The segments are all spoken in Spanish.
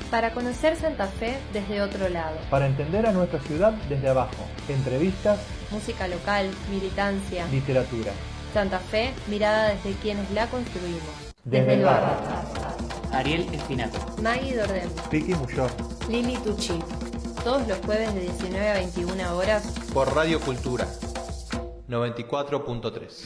Para conocer Santa Fe desde otro lado. Para entender a nuestra ciudad desde abajo. Entrevistas, música local, militancia, literatura. Santa Fe, mirada desde quienes la construimos. Desde el barrio. Ariel Espinato. Maggie Dordem. Vicky Muyor. Lili Tucci. Todos los jueves de 19 a 21 horas. Por Radio Cultura 94.3.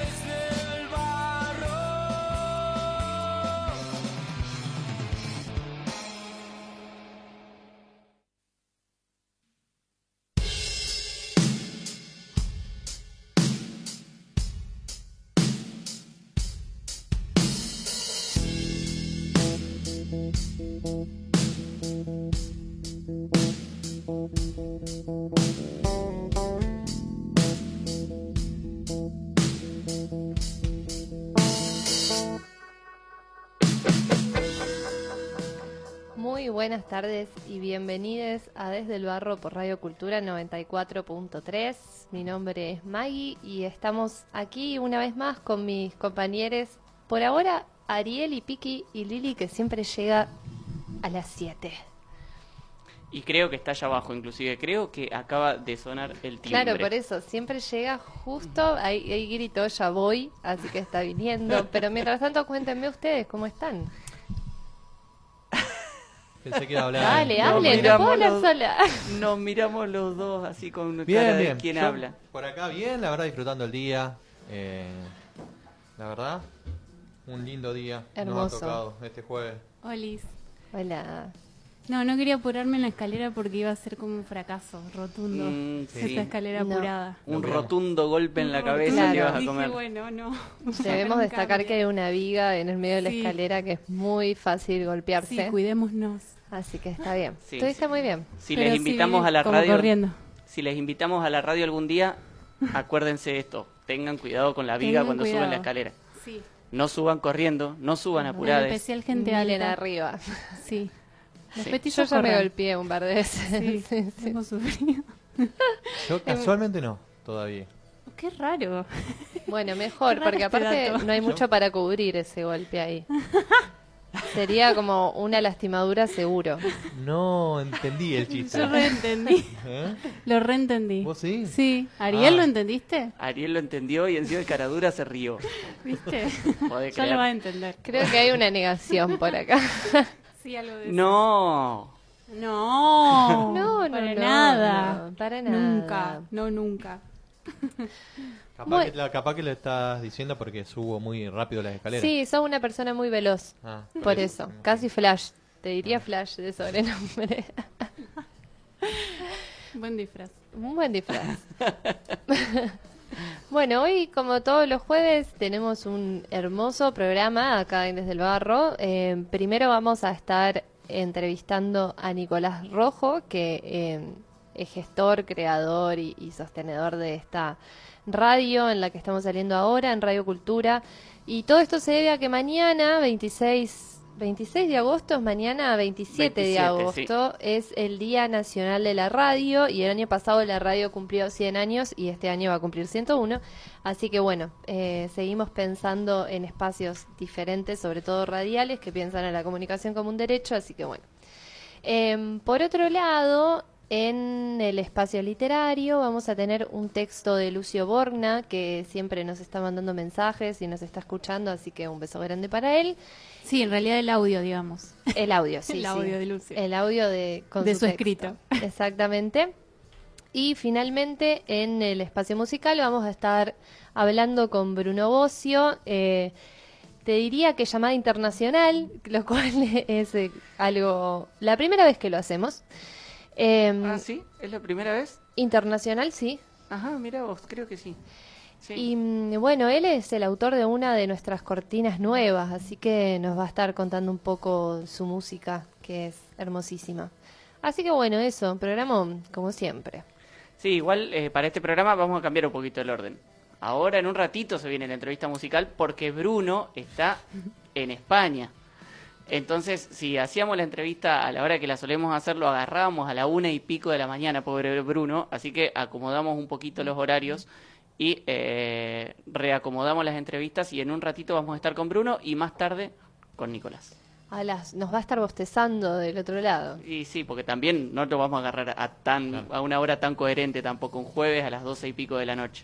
Muy buenas tardes y bienvenidos a Desde el Barro por Radio Cultura 94.3. Mi nombre es Maggie y estamos aquí una vez más con mis compañeros. Por ahora, Ariel y Piki y Lili, que siempre llega a las 7. Y creo que está allá abajo, inclusive. Creo que acaba de sonar el timbre. Claro, por eso, siempre llega justo, ahí gritó, ya voy, así que está viniendo. Pero mientras tanto, cuéntenme ustedes, ¿cómo están? Pensé que iba a hablar. Dale, hable, no puedo hablar sola. Nos miramos los dos así con una Bien, cara de bien. quién Yo habla. Por acá bien, la verdad disfrutando el día. La verdad, un lindo día. Hermoso. Nos ha tocado este jueves. Olis. Hola. No quería apurarme en la escalera porque iba a ser como un fracaso rotundo. Sí. Esa escalera No. apurada. Un Lo vemos. rotundo golpe en la cabeza Claro. que vas a Dije, comer. bueno, no. Debemos destacar que hay una viga en el medio de la Sí. escalera que es muy fácil golpearse. Sí, cuidémonos. Así que está bien. Sí, Estuviste sí. muy bien. Si Pero les sí, invitamos a la como radio, corriendo. si les invitamos a la radio algún día, acuérdense de esto. Tengan cuidado con la viga Tengan cuando suben la cuidado. escalera. Sí. No suban corriendo, no suban En apurados. especial gente Miren alta. arriba. Sí. Los Sí. petizos Yo ya me corren. golpeé un par de veces. Sí, Sí, sí. hemos sufrido. Yo casualmente no, todavía. Qué raro. Bueno, mejor, Qué raro porque este aparte dato. no hay mucho para cubrir ese golpe ahí. Sería como una lastimadura seguro. No entendí el chiste. Yo reentendí. ¿Eh? Lo reentendí. ¿Vos sí? Sí. ¿Ariel Ah. lo entendiste? Ariel lo entendió y encima de caradura se rió. ¿Viste? Podés Ya creer. lo va a entender. Creo que hay una negación por acá. Sí, algo de eso. No. No. No, para no, nada. no, para nada. Nunca. No, nunca. Capaz que lo estás diciendo porque subo muy rápido las escaleras. Sí, sos una persona muy veloz. Ah, Por eso, casi Flash. Te diría Flash de sobrenombre. Buen disfraz. Un buen disfraz. Bueno, hoy, como todos los jueves, tenemos un hermoso programa acá en Desde el Barro. Primero vamos a estar entrevistando a Nicolás Rojo, que es gestor, creador y sostenedor de esta radio en la que estamos saliendo ahora, en Radio Cultura. Y todo esto se debe a que mañana, 26 de agosto, es mañana 27 de 27, agosto, es el Día Nacional de la Radio, y el año pasado la radio cumplió 100 años y este año va a cumplir 101. Así que bueno, seguimos pensando en espacios diferentes, sobre todo radiales, que piensan en la comunicación como un derecho, así que bueno. Por otro lado, en el espacio literario vamos a tener un texto de Lucio Borgna, que siempre nos está mandando mensajes y nos está escuchando, así que un beso grande para él. Sí, en realidad el audio, digamos. El audio, sí. El sí. audio de Lucio. El audio con De su texto. escrito. Exactamente. Y finalmente, en el espacio musical vamos a estar hablando con Bruno Bossio. Te diría que llamada internacional, lo cual es algo... La primera vez que lo hacemos. ¿Ah, sí? ¿Es la primera vez? Internacional, sí. Ajá, mira vos, creo que sí. Sí. Y bueno, él es el autor de una de nuestras cortinas nuevas, así que nos va a estar contando un poco su música, que es hermosísima. Así que bueno, eso, programa como siempre. Sí, igual para este programa vamos a cambiar un poquito el orden. Ahora en un ratito se viene la entrevista musical porque Bruno está en España. Entonces, si hacíamos la entrevista a la hora que la solemos hacer, lo agarrábamos a la 1:00 de la mañana, pobre Bruno. Así que acomodamos un poquito los horarios y reacomodamos las entrevistas y en un ratito vamos a estar con Bruno y más tarde con Nicolás. nos va a estar bostezando del otro lado. Y sí, porque también no lo vamos a agarrar a una hora tan coherente tampoco, un jueves a las 12 y pico de la noche.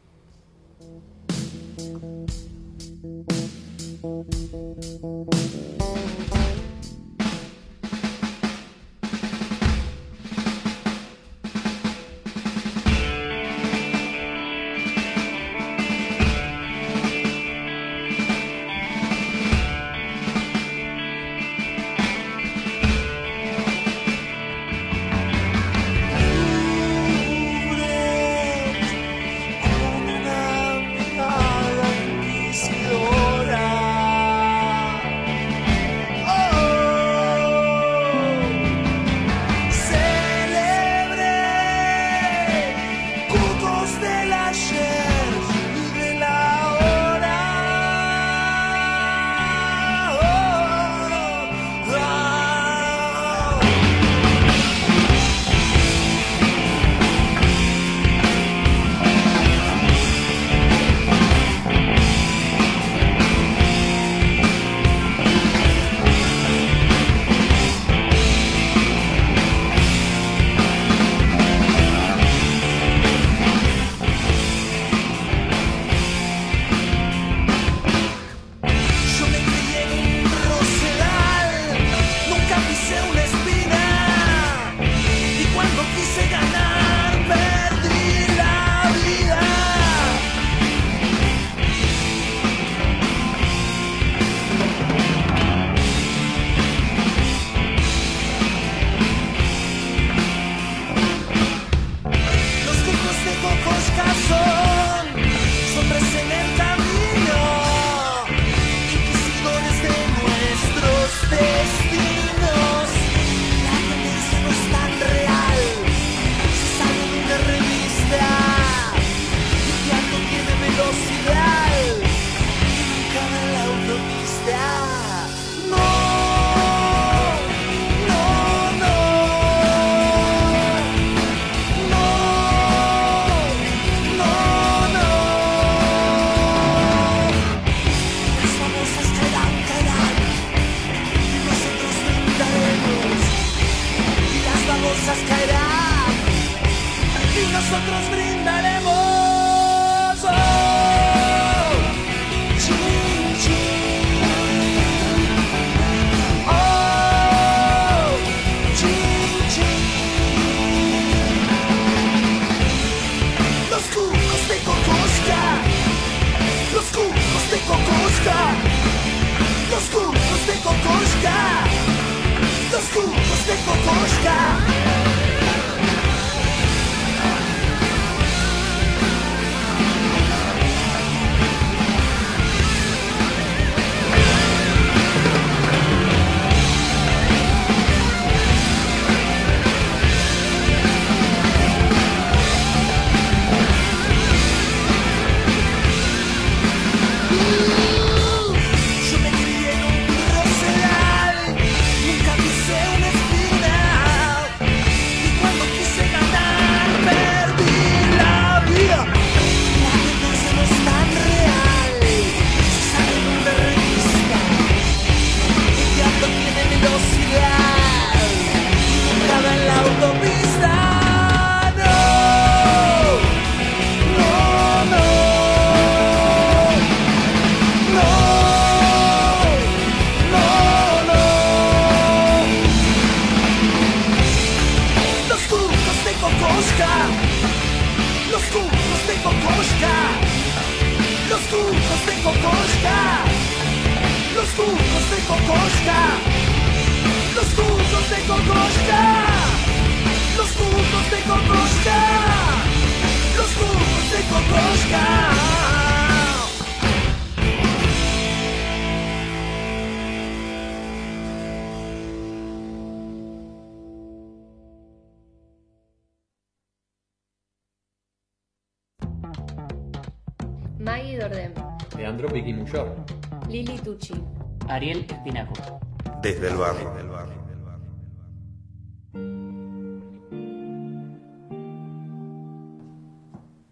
Maggie Dordem, Leandro Piquimuyor, Lili Tucci. Ariel Espinaco. Desde el barrio.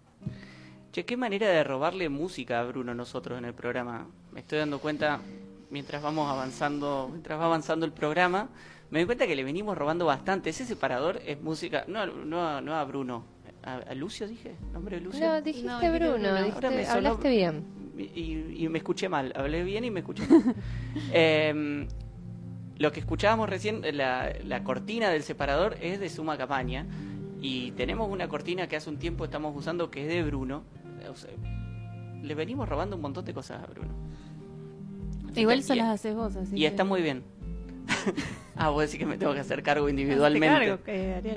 Che, qué manera de robarle música a Bruno nosotros en el programa. Me estoy dando cuenta, mientras va avanzando el programa, me doy cuenta que le venimos robando bastante. Ese separador es música, no a Bruno, a Lucio dije, nombre de Lucio. No, dijiste No, Bruno, Ahora me sonó- hablaste bien. Y me escuché mal, hablé bien y me escuché mal. Lo que escuchábamos recién, la cortina del separador es de Suma Campaña, y tenemos una cortina que hace un tiempo estamos usando que es de Bruno. O sea, le venimos robando un montón de cosas a Bruno. Así Igual que- se y- las haces vos, así Y que- está muy bien. Vos decís que me tengo que hacer cargo Hazte individualmente. cargo, Ariel.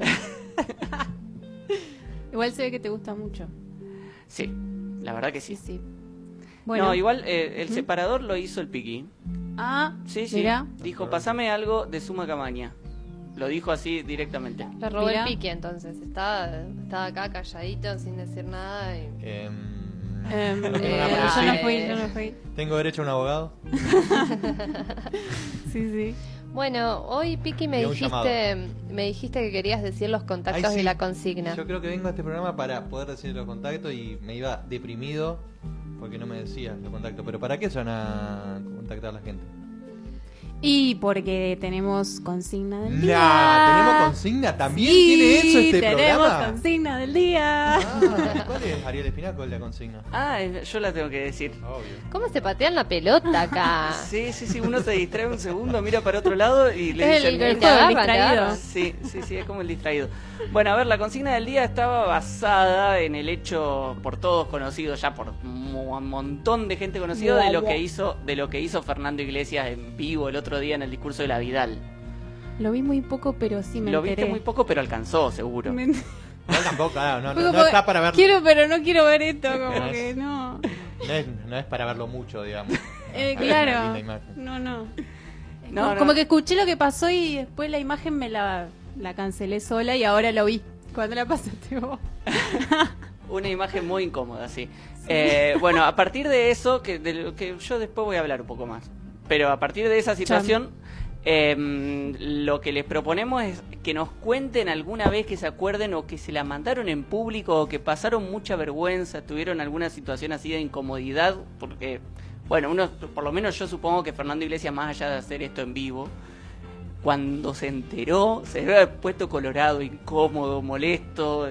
Igual se ve que te gusta mucho. Sí, la verdad que sí. Sí. Bueno, No, igual el separador lo hizo el Piqui. Sí, sí. Mirá. Dijo, pasame algo de Suma Campaña. Lo dijo así directamente. Le robó Mirá. el pique entonces. Estaba acá calladito sin decir nada. Y... No tengo nada Eh, para decir. yo no fui. ¿Tengo derecho a un abogado? Sí, sí. Bueno, hoy Piki me Y un dijiste que querías decir los contactos Ay, sí. de la consigna. Yo creo que vengo a este programa para poder decir los contactos y me iba deprimido porque no me decía los contactos. Pero ¿para qué se van a contactar a la gente? Y porque tenemos consigna del Nah, día. ¿tenemos consigna? ¿También Sí, tiene eso este tenemos programa? consigna del día. Ah, ¿cuál es Ariel Espinaco la consigna? Yo la tengo que decir. Obvio. ¿Cómo se patean la pelota acá? Sí, uno se distrae un segundo, mira para otro lado y le Es dicen... el te juego agarran, distraído. Sí, es como el distraído. Bueno, a ver, la consigna del día estaba basada en el hecho por todos conocido, ya por un montón de gente conocida, de lo que hizo Fernando Iglesias en vivo el otro día en el discurso de la Vidal. Lo vi muy poco, pero sí me Lo enteré. viste muy poco, pero alcanzó, seguro. Me- No, tampoco, no Porque está para verlo. Quiero, pero no quiero ver esto, como No que es- no. No es para verlo mucho, digamos. Una Claro. linda imagen. No. No, no. Como que escuché lo que pasó y después la imagen me la cancelé sola y ahora lo vi. Cuando la pasaste vos. Una imagen muy incómoda, sí. Bueno, a partir de eso, de lo que yo después voy a hablar un poco más, pero a partir de esa situación, lo que les proponemos es que nos cuenten alguna vez que se acuerden o que se la mandaron en público o que pasaron mucha vergüenza, tuvieron alguna situación así de incomodidad, porque, bueno, por lo menos yo supongo que Fernando Iglesias, más allá de hacer esto en vivo, cuando se enteró, se debe haber puesto colorado, incómodo, molesto,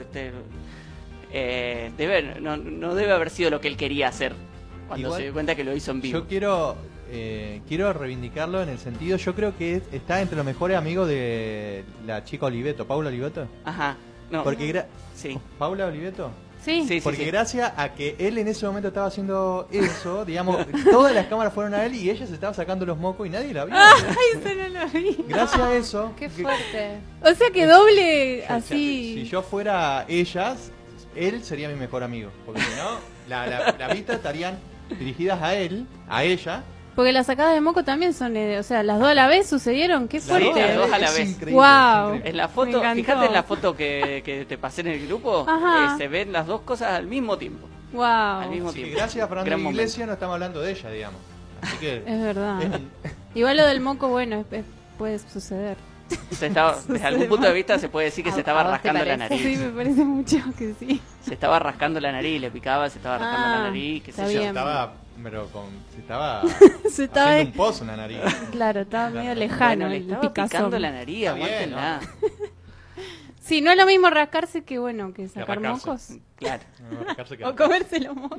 no debe haber sido lo que él quería hacer cuando Igual, se dio cuenta que lo hizo en vivo. Yo quiero reivindicarlo en el sentido, yo creo que está entre los mejores amigos de la chica Oliveto, Paula Oliveto. Ajá, no. Porque Sí. Paula Oliveto. Sí. Porque gracias a que él en ese momento estaba haciendo eso, digamos, todas las cámaras fueron a él y ella se estaba sacando los mocos y nadie la vio. Ay, eso no lo vi. Gracias a eso. Qué fuerte. O sea que doble o sea, así. si yo fuera ellas, él sería mi mejor amigo. Porque si no, la vista estarían dirigidas a él, a ella. Porque las sacadas de moco también son, o sea, las dos a la vez sucedieron. Qué Las fuerte. las dos a la Es vez. increíble, Wow. es increíble. En la Me foto, encantó. fíjate en la foto que te pasé en el grupo, Ajá. se ven las dos cosas al mismo tiempo. Wow. Al mismo Así que tiempo. gracias a Fernando Gran momento. Iglesias no estamos hablando de ella, digamos. Así que Es verdad. es- Igual lo del moco, bueno, puede suceder. Desde algún punto de vista se puede decir que se estaba ¿A vos te rascando la parece? nariz. Sí, me parece mucho que sí. Se estaba rascando la nariz, le picaba, se estaba rascando la nariz, qué sé está yo. bien. se estaba Se estaba, haciendo un pozo en la nariz. claro, estaba medio Claro. lejano Bueno, le el estaba picazón. picando la nariz, Está bien, aguántenla. Sí, no es lo mismo rascarse que, bueno, que sacar rascarse. mocos. Claro. No, rascarse que- O comerse los mocos.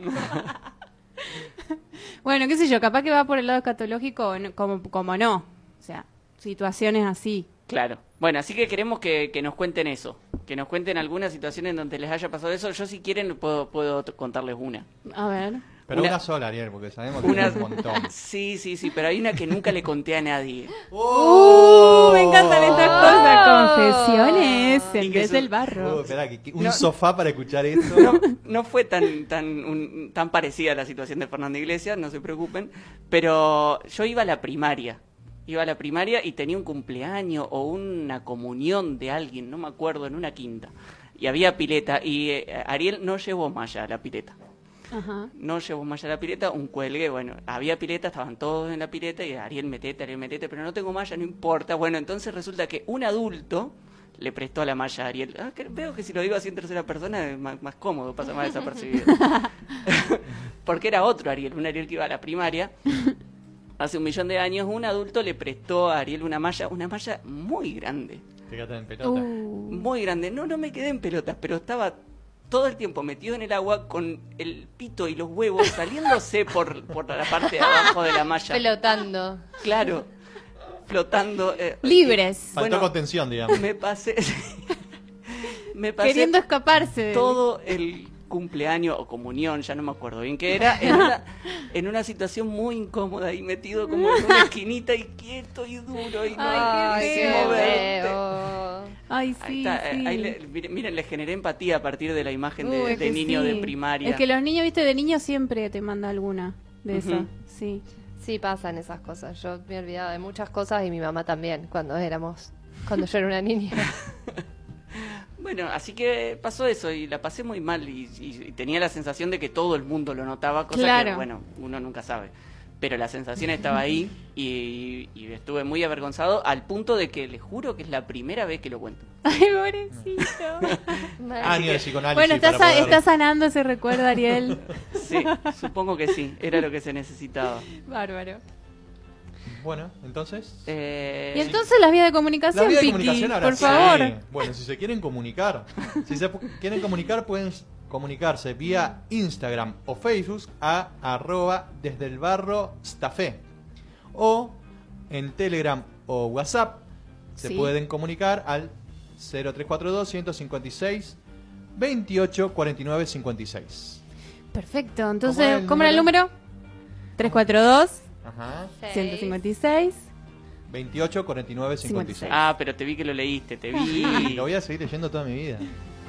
Bueno, qué sé yo, capaz que va por el lado escatológico o no- como no. O sea, situaciones así. Claro. Bueno, así que queremos que nos cuenten eso. Que nos cuenten alguna situación en donde les haya pasado eso. Yo, si quieren, puedo contarles una. A ver. Pero Una- una sola, Ariel, porque sabemos que Una- es un montón. Sí, pero hay una que nunca le conté a nadie. Me encantan estas cosas. Confesiones Y en que vez su- del barro. Esperá, un No. sofá para escuchar esto. No fue tan parecida a la situación de Fernando Iglesias, no se preocupen. Pero yo iba a la primaria. Iba a la primaria y tenía un cumpleaños o una comunión de alguien, no me acuerdo, en una quinta. Y había pileta. Y Ariel no llevó malla a la pileta. Ajá. No llevó malla a la pileta, un cuelgue, bueno, había pileta, estaban todos en la pileta y Ariel metete, pero no tengo malla, no importa. Bueno, entonces resulta que un adulto le prestó la malla a Ariel. Veo que si lo digo así en tercera persona es más cómodo, pasa más desapercibido. Porque era otro Ariel, un Ariel que iba a la primaria. hace 1.000.000 de años, un adulto le prestó a Ariel una malla muy grande. Te quedaste en pelota. Muy grande. No me quedé en pelotas, pero estaba todo el tiempo metido en el agua con el pito y los huevos saliéndose por la parte de abajo de la malla. Pelotando. Claro, flotando. Libres. Faltó contención, digamos. Me pasé Queriendo escaparse. todo el cumpleaños o comunión, ya no me acuerdo bien qué era, en una situación muy incómoda y metido como en una esquinita y quieto y duro y no Ay, hay qué que moverte. feo. Ay, Ahí sí, está, sí. miren, les generé empatía a partir de la imagen Es de que niño sí. de primaria. Es que los niños, viste, de niños siempre te manda alguna de Ujú. esas. Sí. Sí, pasan esas cosas. Yo me he olvidado de muchas cosas y mi mamá también, cuando yo era una niña. Bueno, así que pasó eso y la pasé muy mal y tenía la sensación de que todo el mundo lo notaba, cosa Claro. que, bueno, uno nunca sabe. Pero la sensación estaba ahí y estuve muy avergonzado al punto de que les juro que es la primera vez que lo cuento. Ay, pobrecito. Años de psicoanálisis. Bueno, para poder- está sanando ese recuerdo, Ariel. Sí, supongo que sí, era lo que se necesitaba. Bárbaro. Bueno, entonces. Y entonces las vías de comunicación, La vía de Piti, comunicación ahora por sí. favor. Bueno, si se quieren comunicar, quieren comunicar, pueden comunicarse vía Instagram o Facebook a @desdelbarrostafé. O en Telegram o WhatsApp se Sí. pueden comunicar al 0342 156 28 49 56. Perfecto. Entonces, ¿Cómo ¿cómo era era el el número? 342 Ajá. 156. 28 49 56. Ah, pero te vi que lo leíste, te vi. Y lo voy a seguir leyendo toda mi vida.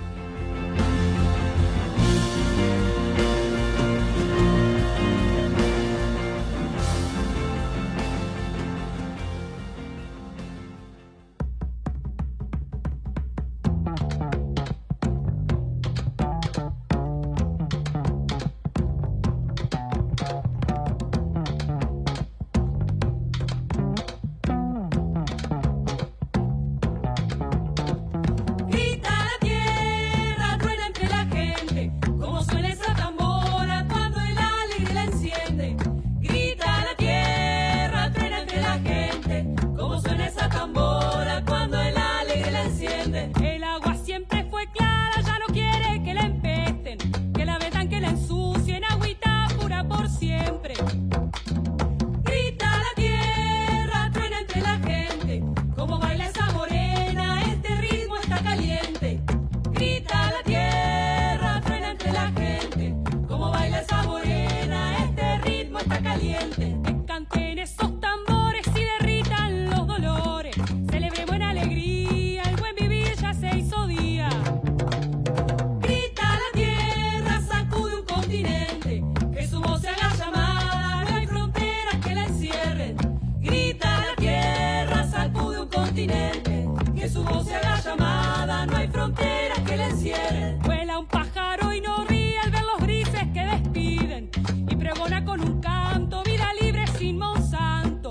Grita la tierra, truena entre la gente, como suena esa tambora cuando el alegre la enciende. Grita la tierra, truena entre la gente, como suena esa tambora cuando el alegre la enciende. El agua siempre fue clara, ya no quiere que la empesten, que la metan, que la ensucien, agüita pura por siempre. Grita la tierra, truena entre la gente, como baila esa morena, este ritmo está caliente. Grita la tierra, truena entre la gente, como baila esa morena, este ritmo está caliente. Que canten esos tambores y derritan los dolores, celebremos en alegría, el buen vivir ya se hizo día. Grita la tierra, sacude un continente, que su voz se haga llamada, no hay fronteras que la encierren. Grita la tierra, sacude un continente, que su voz se haga llamada, no hay fronteras que la encierren. Vuela un pájaro y no ríe al ver los grises que despiden, y pregona con un canto vida libre sin Monsanto.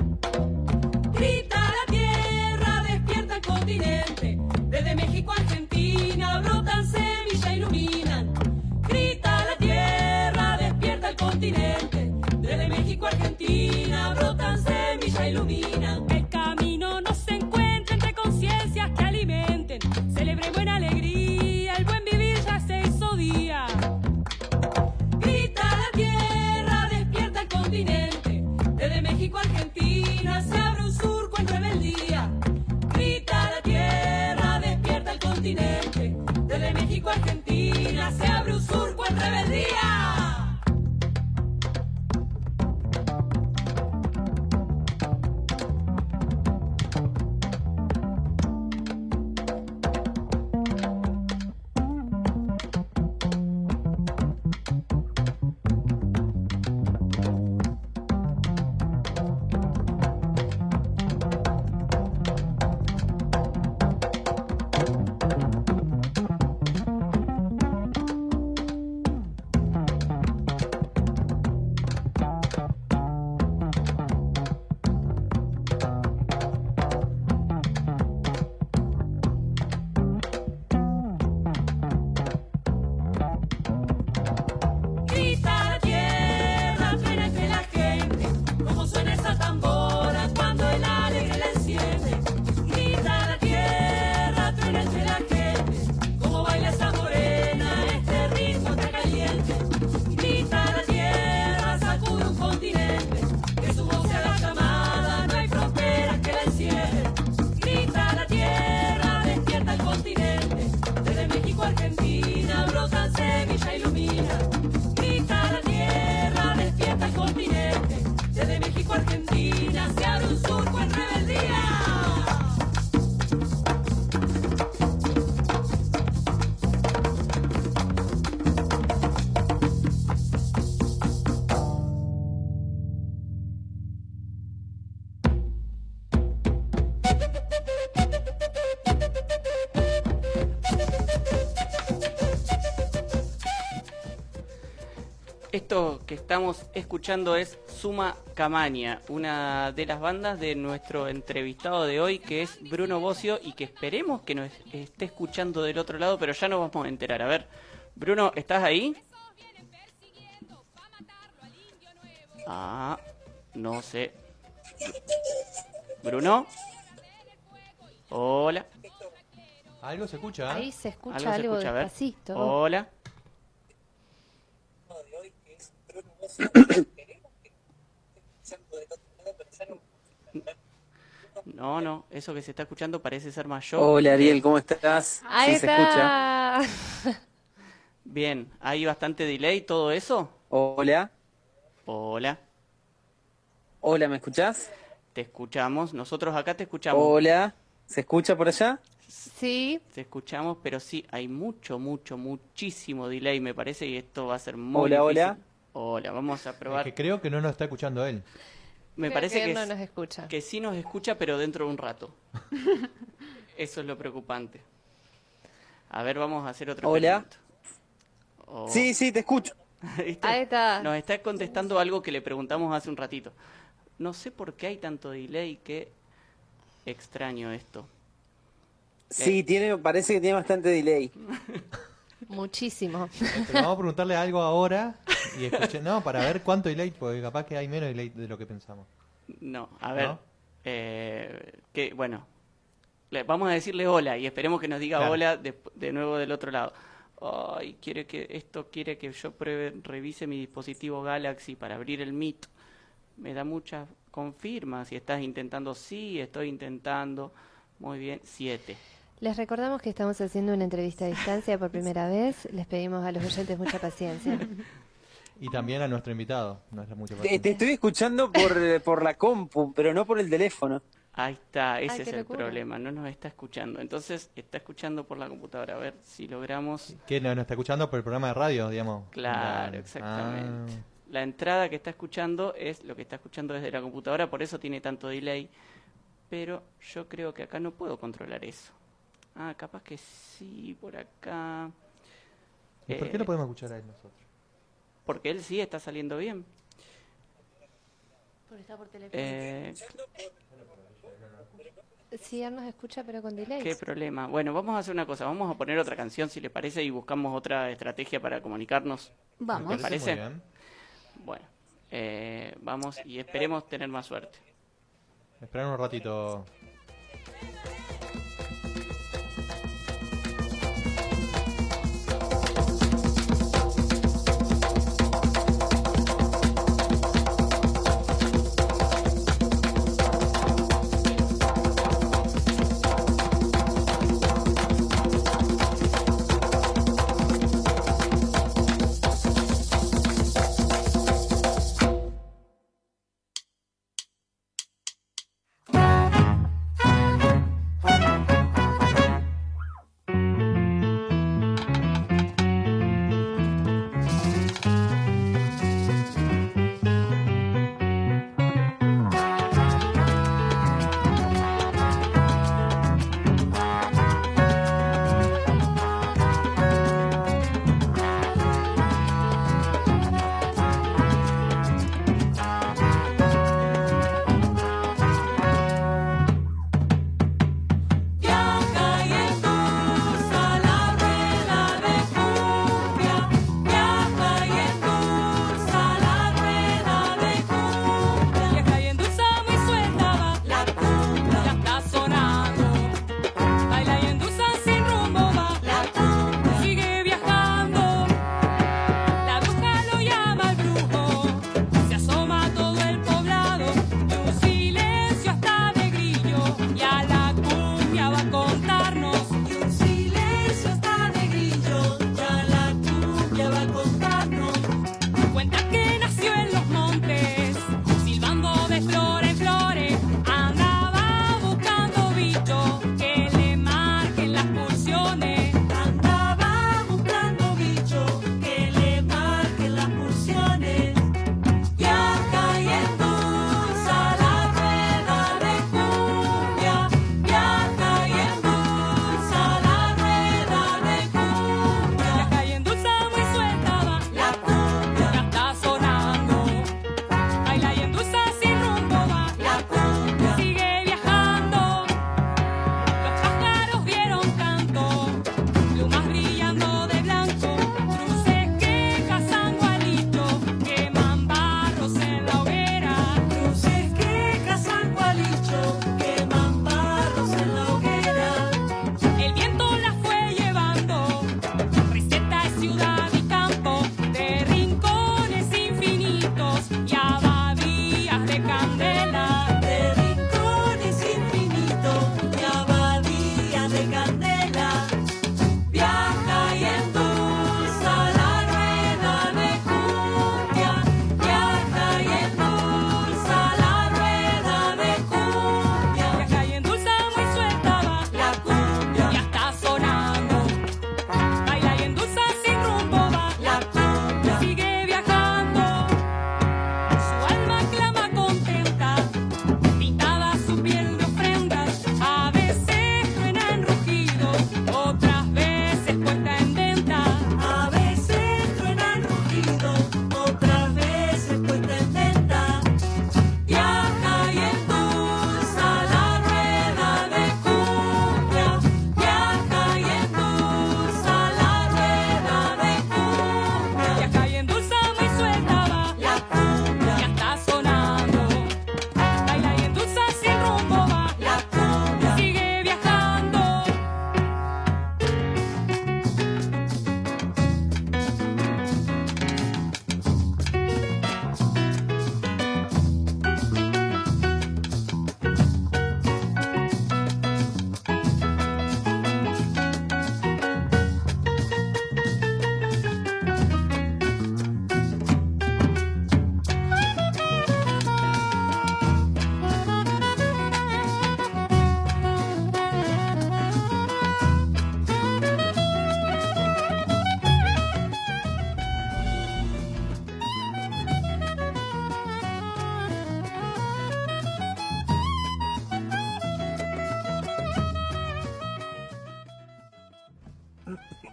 Grita la tierra, despierta el continente, desde México a Argentina brotan semillas, iluminan. Grita la tierra, despierta el continente, desde México a Argentina brotan semillas, iluminan. El camino no se encuentra entre conciencias que alimenten, celebremos en alegría, el buen vivir ya se hizo día. Grita la tierra, despierta el continente, desde México a Argentina se abre un surco en rebeldía. Grita la tierra, despierta el continente, desde México a Argentina se abre un surco en rebeldía. Esto que estamos escuchando es Suma Camaña, una de las bandas de nuestro entrevistado de hoy, que es Bruno Bossio, y que esperemos que nos esté escuchando del otro lado, pero ya nos vamos a enterar. A ver, Bruno, ¿estás ahí? Ah, no sé. ¿Bruno? Hola. Algo se escucha, ¿eh? Ahí se escucha se algo escucha? A ver. despacito. Hola. No, eso que se está escuchando parece ser más yo. Hola Ariel, ¿cómo estás? Ahí Sí, se escucha. está. Bien, ¿hay bastante delay todo eso? Hola, Hola, hola, ¿me escuchás? te escuchamos. Nosotros acá te escuchamos. Hola, ¿se escucha por allá? Sí, Te escuchamos, pero sí, hay muchísimo delay, me parece, y esto va a ser muy Hola, difícil. hola. Hola, vamos a Es probar. que creo que no nos está escuchando él. Me creo parece que que, él no es- nos escucha. que sí nos escucha, pero dentro de un rato. Eso es lo preocupante. A ver, vamos a hacer otro Hola. experimento. Oh, Sí, sí, te escucho. ¿viste? Ahí está. Nos está contestando algo que le preguntamos hace un ratito. No sé por qué hay tanto delay, qué extraño esto. Sí, parece que tiene bastante delay. Muchísimo. Pero vamos a preguntarle algo ahora y no, para ver cuánto delay, porque capaz que hay menos delay de lo que pensamos. No, a ver. ¿No? Bueno, vamos a decirle hola y esperemos que nos diga Claro. hola de nuevo del otro lado. Ay, quiere que yo revise mi dispositivo Galaxy para abrir el Meet. Me da muchas confirma si estás intentando. Sí, estoy intentando. Muy bien, 7. Les recordamos que estamos haciendo una entrevista a distancia por primera vez. Les pedimos a los oyentes mucha paciencia. Y también a nuestro invitado. No es mucha Te paciencia. estoy escuchando por la compu, pero no por el teléfono. Ahí está, ese Ay, es qué el locura. problema, no nos está escuchando. Entonces, está escuchando por la computadora. A ver si logramos. ¿Qué no está escuchando por el programa de radio, digamos? Claro, Ah, exactamente. La entrada que está escuchando es lo que está escuchando desde la computadora, por eso tiene tanto delay. Pero yo creo que acá no puedo controlar eso. Ah, capaz que sí, por acá. ¿Y por qué lo podemos escuchar a él nosotros? Porque él sí está saliendo bien. Porque está por teléfono. Sí, él nos escucha, pero con delay. ¿Qué problema? Bueno, vamos a hacer una cosa. Vamos a poner otra canción, si le parece, y buscamos otra estrategia para comunicarnos. Vamos. ¿Te parece? Muy bien. Bueno, vamos y esperemos tener más suerte. Esperar un ratito.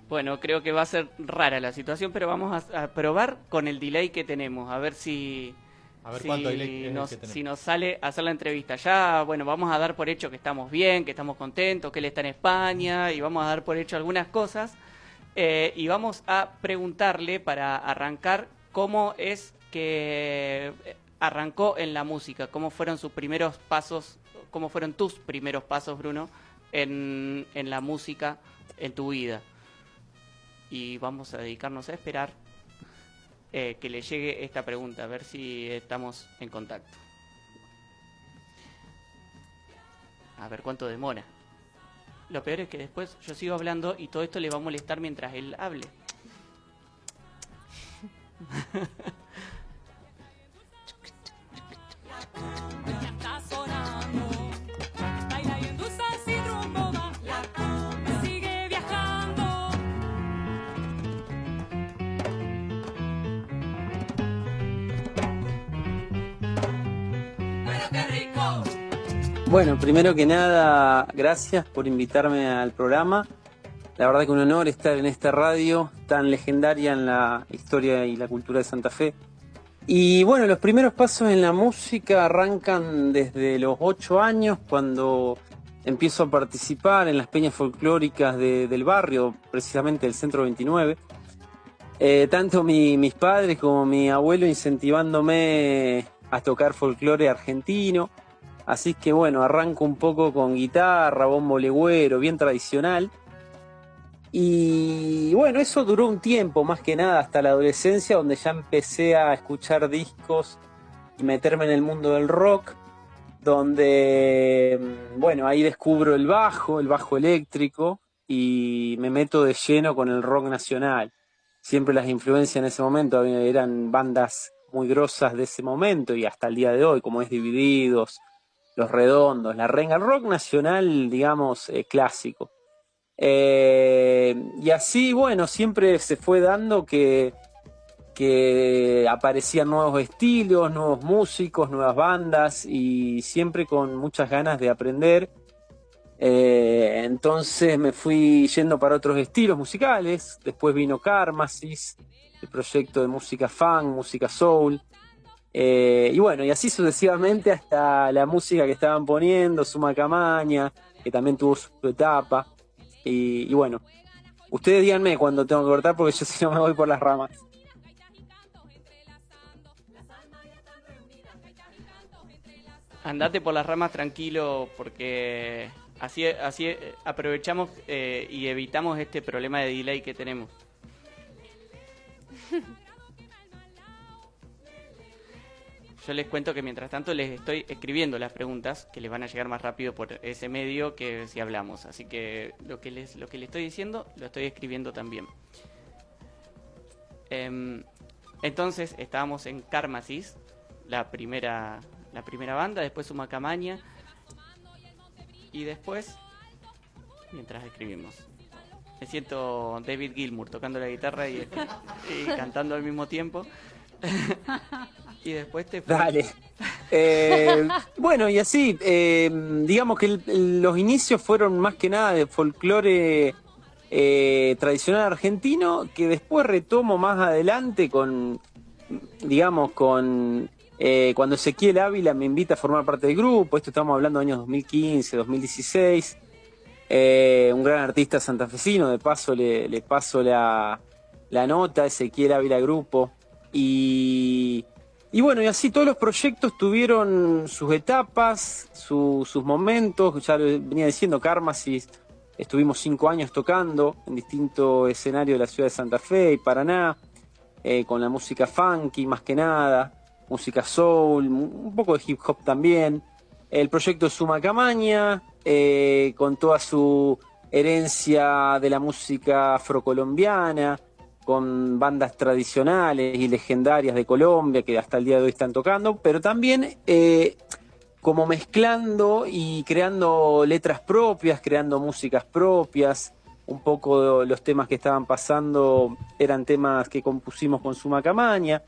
Bueno, creo que va a ser rara la situación, pero vamos a probar con el delay que tenemos, a ver si... A ver cuánto delay es nos, que tenemos. si nos sale a hacer la entrevista. Ya, bueno, vamos a dar por hecho que estamos bien, que estamos contentos, que él está en España, y vamos a dar por hecho algunas cosas. Y vamos a preguntarle, para arrancar, cómo es que arrancó en la música, cómo fueron sus primeros pasos, cómo fueron tus primeros pasos, Bruno, en la música, en tu vida. Y vamos a dedicarnos a esperar que le llegue esta pregunta, a ver si estamos en contacto. A ver cuánto demora. Lo peor es que después yo sigo hablando y todo esto le va a molestar mientras él hable. Ya está sonando, baila y endulza sin rumbo va. La cumbia sigue viajando. Pero qué rico. Bueno, primero que nada, gracias por invitarme al programa. La verdad que un honor estar en esta radio tan legendaria en la historia y la cultura de Santa Fe. Y bueno, los primeros pasos en la música arrancan desde los 8 años, cuando empiezo a participar en las peñas folclóricas del barrio, precisamente del Centro 29. Tanto mis padres como mi abuelo incentivándome a tocar folclore argentino. Así que bueno, arranco un poco con guitarra, bombo legüero, bien tradicional. Y bueno, eso duró un tiempo, más que nada hasta la adolescencia, donde ya empecé a escuchar discos y meterme en el mundo del rock, donde, bueno, ahí descubro el bajo eléctrico, y me meto de lleno con el rock nacional. Siempre las influencias en ese momento eran bandas muy grosas de ese momento y hasta el día de hoy, como es Divididos, Los Redondos, La Renga, el rock nacional, digamos, clásico. Y así, bueno, siempre se fue dando que aparecían nuevos estilos, nuevos músicos, nuevas bandas, y siempre con muchas ganas de aprender. Entonces me fui yendo para otros estilos musicales. Después vino Karmasis, el proyecto de música funk, música soul. Y bueno, y así sucesivamente hasta la música que estaban poniendo, Suma Camaña, que también tuvo su etapa. Y bueno, ustedes díganme cuando tengo que cortar, porque yo si no me voy por las ramas. Andate por las ramas tranquilo, porque así aprovechamos y evitamos este problema de delay que tenemos. Yo les cuento que mientras tanto les estoy escribiendo las preguntas, que les van a llegar más rápido por ese medio que si hablamos. Así que lo que les estoy diciendo lo estoy escribiendo también. Entonces estábamos en Karmasis, la primera banda, después Suma Camaña, y después, mientras escribimos, me siento David Gilmour tocando la guitarra y cantando al mismo tiempo. Y después te fue. Dale. Bueno, y así, digamos que los inicios fueron más que nada de folclore tradicional argentino, que después retomo más adelante con, digamos, con cuando Ezequiel Ávila me invita a formar parte del grupo. Esto estamos hablando de años 2015, 2016. Un gran artista santafesino, de paso le paso la nota, Ezequiel Ávila Grupo. Y bueno, y así todos los proyectos tuvieron sus etapas, sus momentos. Ya lo venía diciendo, Karmasis, estuvimos 5 años tocando en distintos escenarios de la ciudad de Santa Fe y Paraná, con la música funky más que nada, música soul, un poco de hip hop también. El proyecto Suma Camaña, con toda su herencia de la música afrocolombiana, con bandas tradicionales y legendarias de Colombia que hasta el día de hoy están tocando, pero también como mezclando y creando letras propias, creando músicas propias. Un poco los temas que estaban pasando eran temas que compusimos con Suma Camaña.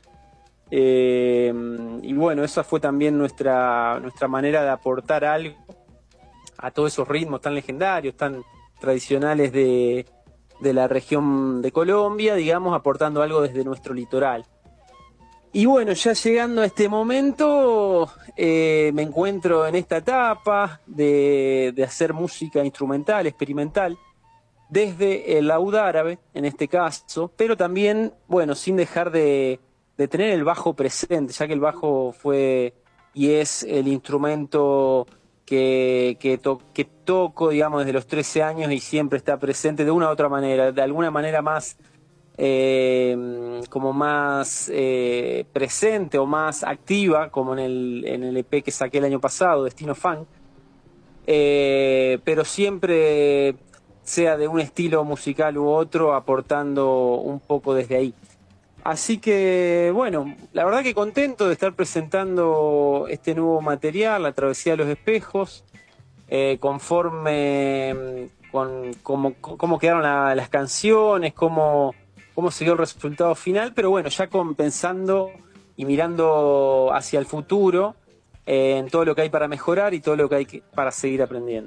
Y bueno, esa fue también nuestra manera de aportar algo a todos esos ritmos tan legendarios, tan tradicionales de de la región de Colombia, digamos, aportando algo desde nuestro litoral. Y bueno, ya llegando a este momento, me encuentro en esta etapa de hacer música instrumental, experimental, desde el laúd árabe, en este caso, pero también, bueno, sin dejar de tener el bajo presente, ya que el bajo fue y es el instrumento que toco, digamos, desde los 13 años y siempre está presente de una u otra manera, de alguna manera más, como más presente o más activa, como en el EP que saqué el año pasado, Destino Funk, pero siempre sea de un estilo musical u otro, aportando un poco desde ahí. Así que, bueno, la verdad que contento de estar presentando este nuevo material, La Travesía de los Espejos, conforme con cómo quedaron las canciones, cómo se dio el resultado final, pero bueno, ya pensando y mirando hacia el futuro, en todo lo que hay para mejorar y todo lo que hay para seguir aprendiendo.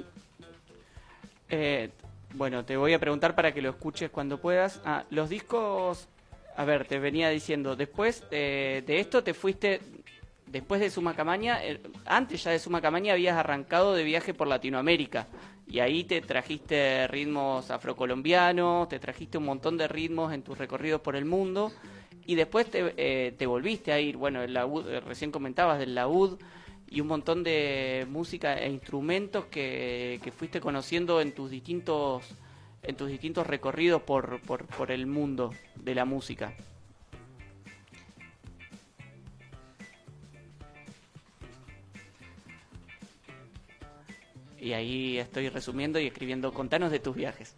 Bueno, te voy a preguntar para que lo escuches cuando puedas. Los discos, a ver, te venía diciendo, después de esto te fuiste, después de Sumacamaña, antes ya de Sumacamaña habías arrancado de viaje por Latinoamérica y ahí te trajiste ritmos afrocolombianos, te trajiste un montón de ritmos en tus recorridos por el mundo y después te volviste a ir, bueno, el laúd, recién comentabas del laúd y un montón de música e instrumentos que fuiste conociendo en tus distintos recorridos por el mundo de la música. Y ahí estoy resumiendo y escribiendo, contanos de tus viajes.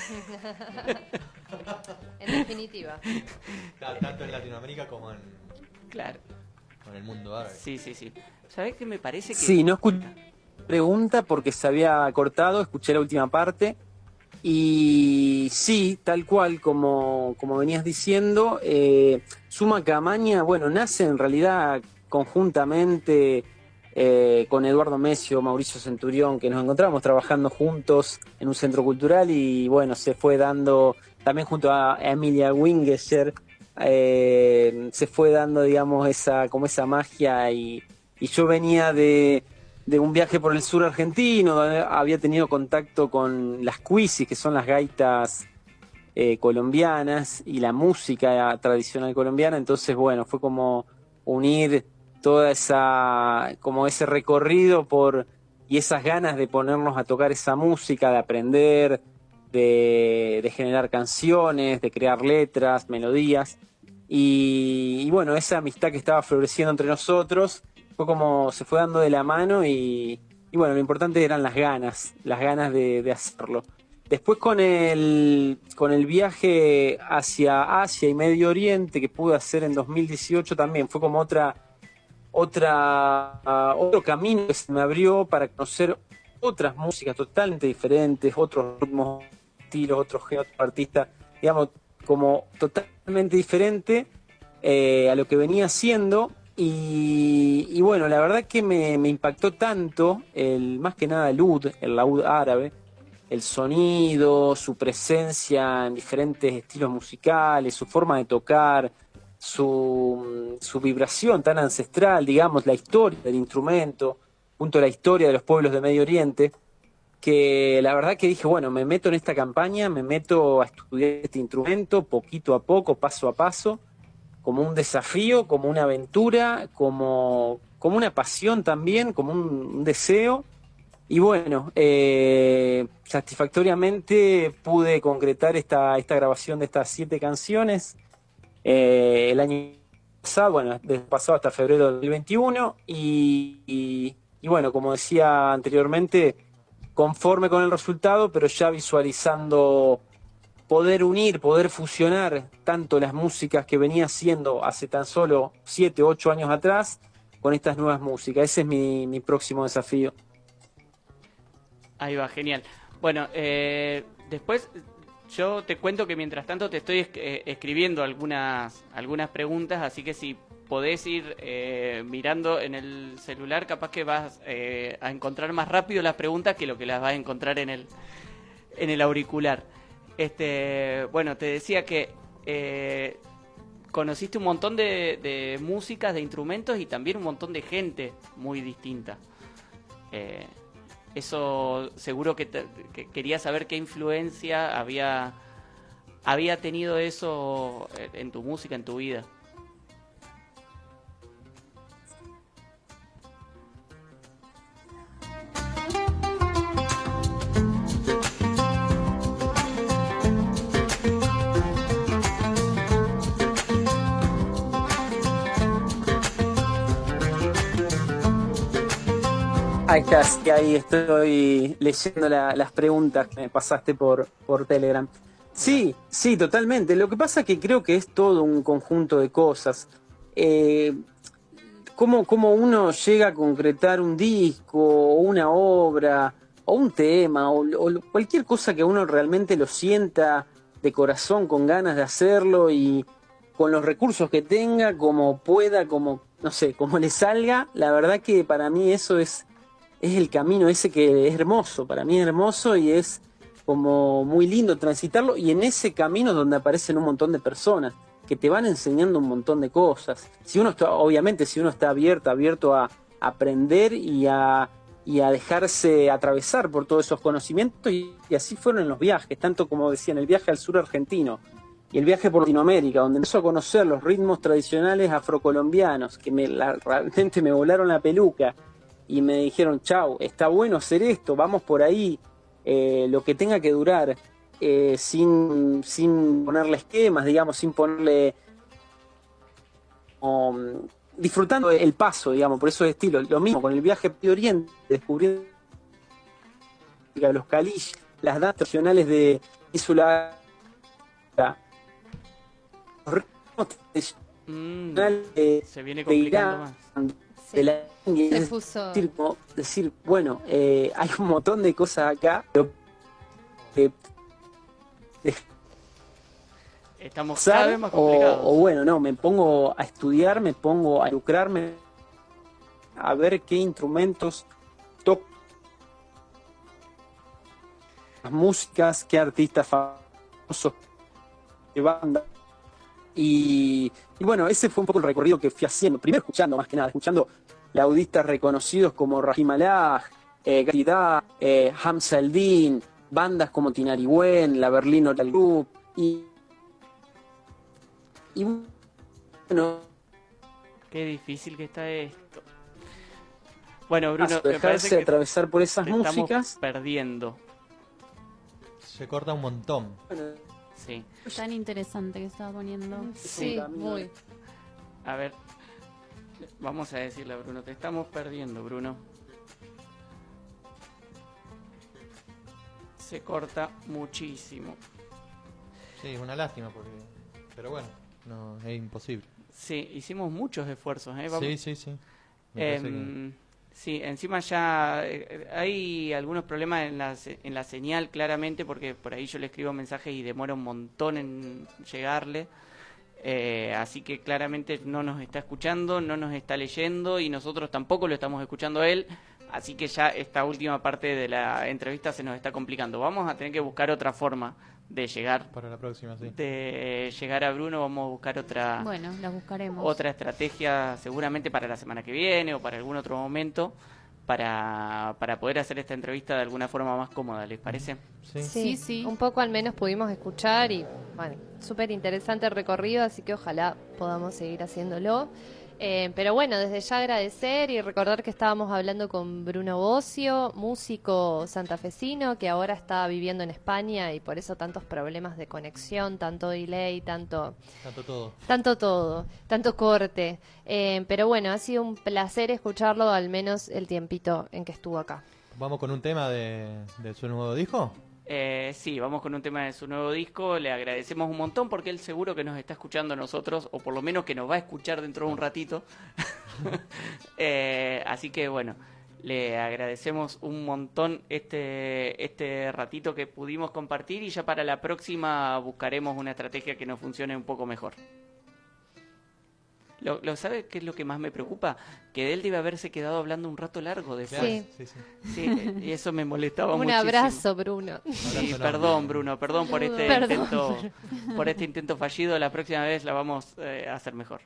En definitiva. Claro, tanto en Latinoamérica como Claro. con el mundo árabe. Sí. ¿Sabés qué me parece que...? Sí, no escuché la pregunta porque se había cortado, escuché la última parte. Y sí, tal cual como venías diciendo, Sumacamaña, bueno, nace en realidad conjuntamente con Eduardo Mesio, Mauricio Centurión, que nos encontramos trabajando juntos en un centro cultural y bueno, se fue dando, también junto a Emilia Wingeser, se fue dando, digamos, esa magia y yo venía de un viaje por el sur argentino, donde había tenido contacto con las cuisis, que son las gaitas colombianas, y la música tradicional colombiana, entonces bueno, fue como unir toda como ese recorrido y esas ganas de ponernos a tocar esa música, de aprender, de generar canciones, de crear letras, melodías, y bueno, esa amistad que estaba floreciendo entre nosotros fue como se fue dando de la mano y bueno, lo importante eran las ganas de hacerlo. Después con el viaje hacia Asia y Medio Oriente que pude hacer en 2018 también fue como otro camino que se me abrió para conocer otras músicas totalmente diferentes, otros ritmos, estilos, otros artistas, digamos, como totalmente diferente a lo que venía haciendo. Y bueno, la verdad que me impactó tanto, más que nada el laúd árabe, el sonido, su presencia en diferentes estilos musicales, su forma de tocar, su vibración tan ancestral, digamos, la historia del instrumento, junto a la historia de los pueblos de Medio Oriente, que la verdad que dije, bueno, me meto en esta campaña, me meto a estudiar este instrumento poquito a poco, paso a paso, como un desafío, como una aventura, como una pasión también, como un deseo. Y bueno, satisfactoriamente pude concretar esta grabación de estas 7 canciones el año pasado, bueno, desde pasado hasta febrero del 2021. Y bueno, como decía anteriormente, conforme con el resultado, pero ya visualizando poder unir, poder fusionar tanto las músicas que venía haciendo hace tan solo 7 u 8 años atrás con estas nuevas músicas. Ese es mi próximo desafío. Ahí va, genial. Bueno, después yo te cuento que mientras tanto te estoy escribiendo algunas preguntas, así que si podés ir mirando en el celular, capaz que vas a encontrar más rápido las preguntas que lo que las vas a encontrar en el auricular. Bueno, te decía que conociste un montón de músicas, de instrumentos y también un montón de gente muy distinta. Eso seguro que quería saber qué influencia había tenido eso en tu música, en tu vida. Ahí estás, que ahí estoy leyendo las preguntas que me pasaste por Telegram. Sí, sí, totalmente. Lo que pasa es que creo que es todo un conjunto de cosas. Cómo uno llega a concretar un disco, o una obra, o un tema, o cualquier cosa que uno realmente lo sienta de corazón, con ganas de hacerlo y con los recursos que tenga, como pueda, como, no sé, como le salga. La verdad que para mí eso es el camino ese que es hermoso, para mí es hermoso y es como muy lindo transitarlo, y en ese camino es donde aparecen un montón de personas que te van enseñando un montón de cosas. Si uno está, obviamente, si uno está abierto a aprender y a dejarse atravesar por todos esos conocimientos, y así fueron en los viajes, tanto como decían, el viaje al sur argentino y el viaje por Latinoamérica, donde empezó a conocer los ritmos tradicionales afrocolombianos, que realmente me volaron la peluca. Y me dijeron, chau, está bueno hacer esto, vamos por ahí, lo que tenga que durar, sin ponerle esquemas, digamos, sin ponerle... disfrutando el paso, digamos, por eso es estilo. Lo mismo con el viaje de Oriente, descubriendo los calish, las danzas tradicionales de Isula, los ritmos tradicionales se viene complicando Irán, más. de la India, Se es puso... decir, bueno, hay un montón de cosas acá, pero Estamos cada vez más complicados. o bueno, no, me pongo a estudiar, me pongo a lucrarme, a ver qué instrumentos toco, las músicas, qué artistas famosos, qué banda. Y bueno, ese fue un poco el recorrido que fui haciendo. Primero escuchando, más que nada, escuchando laudistas reconocidos como Rahim Alaj, Gatidá, Hamza El-Din, bandas como Tinariwen, la Berlin Oral Group, y bueno... Qué difícil que está esto. Bueno, Bruno, me dejarse parece que atravesar por esas te estamos músicas. perdiendo. Se corta un montón. Bueno, Sí. Tan interesante que estaba poniendo. Sí, muy. A ver, vamos a decirle a Bruno, te estamos perdiendo, Bruno. Se corta muchísimo. Sí, es una lástima, pero bueno, no es imposible. Sí, hicimos muchos esfuerzos, ¿eh? Sí. Me parece que- Sí, encima ya hay algunos problemas en la señal, claramente, porque por ahí yo le escribo mensajes y demora un montón en llegarle. Así que claramente no nos está escuchando, no nos está leyendo y nosotros tampoco lo estamos escuchando a él. Así que ya esta última parte de la entrevista se nos está complicando. Vamos a tener que buscar otra forma de llegar. Para la próxima, sí. De llegar a Bruno, vamos a buscar Bueno, las buscaremos. otra estrategia seguramente para la semana que viene o para algún otro momento para poder hacer esta entrevista de alguna forma más cómoda, ¿les parece? Sí, sí. Un poco al menos pudimos escuchar y, bueno, súper interesante el recorrido, así que ojalá podamos seguir haciéndolo. Pero bueno, desde ya agradecer y recordar que estábamos hablando con Bruno Bocio, músico santafesino que ahora está viviendo en España y por eso tantos problemas de conexión, tanto delay, tanto todo, tanto corte. Pero bueno, ha sido un placer escucharlo al menos el tiempito en que estuvo acá. ¿Vamos con un tema de su nuevo disco? Sí, vamos con un tema de su nuevo disco. Le agradecemos un montón porque él seguro que nos está escuchando a nosotros, o por lo menos que nos va a escuchar dentro de un ratito. Así que bueno, le agradecemos un montón este ratito que pudimos compartir y ya para la próxima buscaremos una estrategia que nos funcione un poco mejor. ¿Sabe qué es lo que más me preocupa? Que él debe haberse quedado hablando un rato largo después. Sí. Sí, sí. Sí, y eso me molestaba Un muchísimo. abrazo, Bruno. Sí, perdón, Bruno, perdón por este Perdón. intento fallido. La próxima vez la vamos a hacer mejor.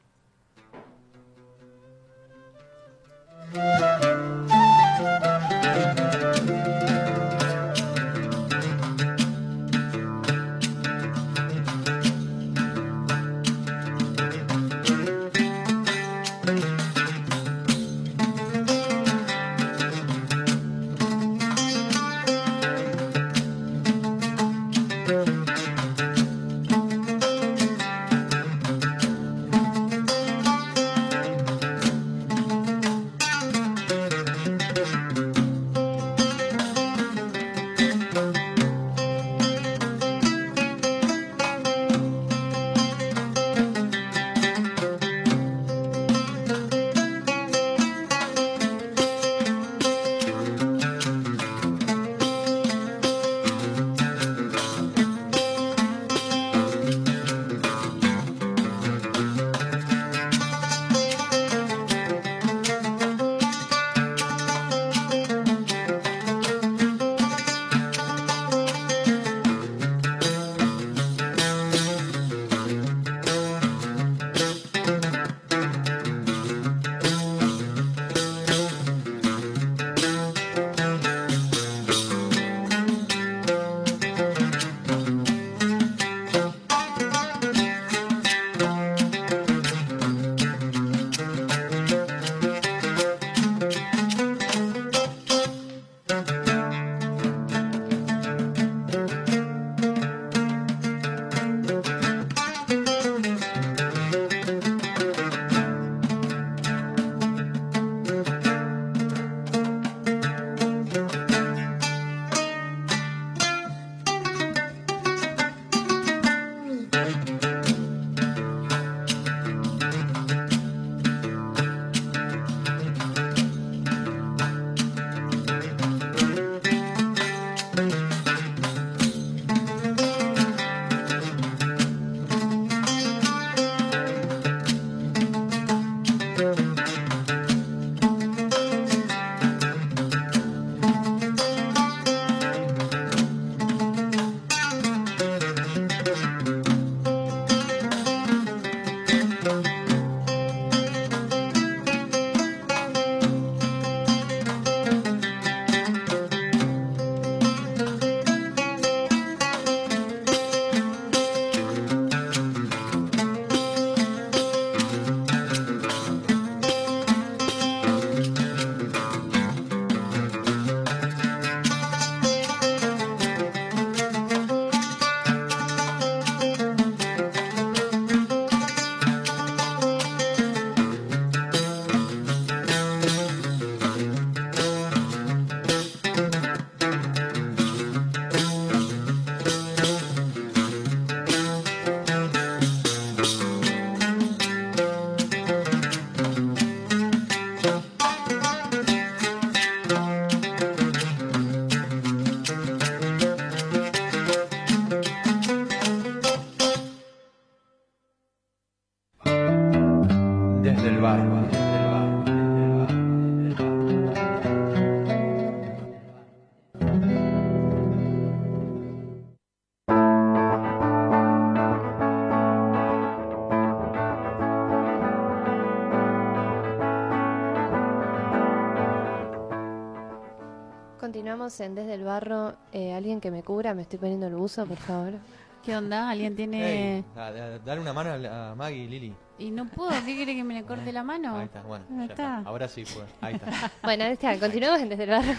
Continuamos en Desde el Barro. Alguien que me cubra, me estoy poniendo el buzo, por favor. ¿Qué onda? ¿Alguien tiene...? Ey, dale una mano a Maggie y Lili. Y no puedo, ¿qué quiere que me le corte la mano? Ahí está, bueno, Ahí ya está. está. Ahora sí, pues. Ahí está. Bueno, está, continuamos en Desde el Barro.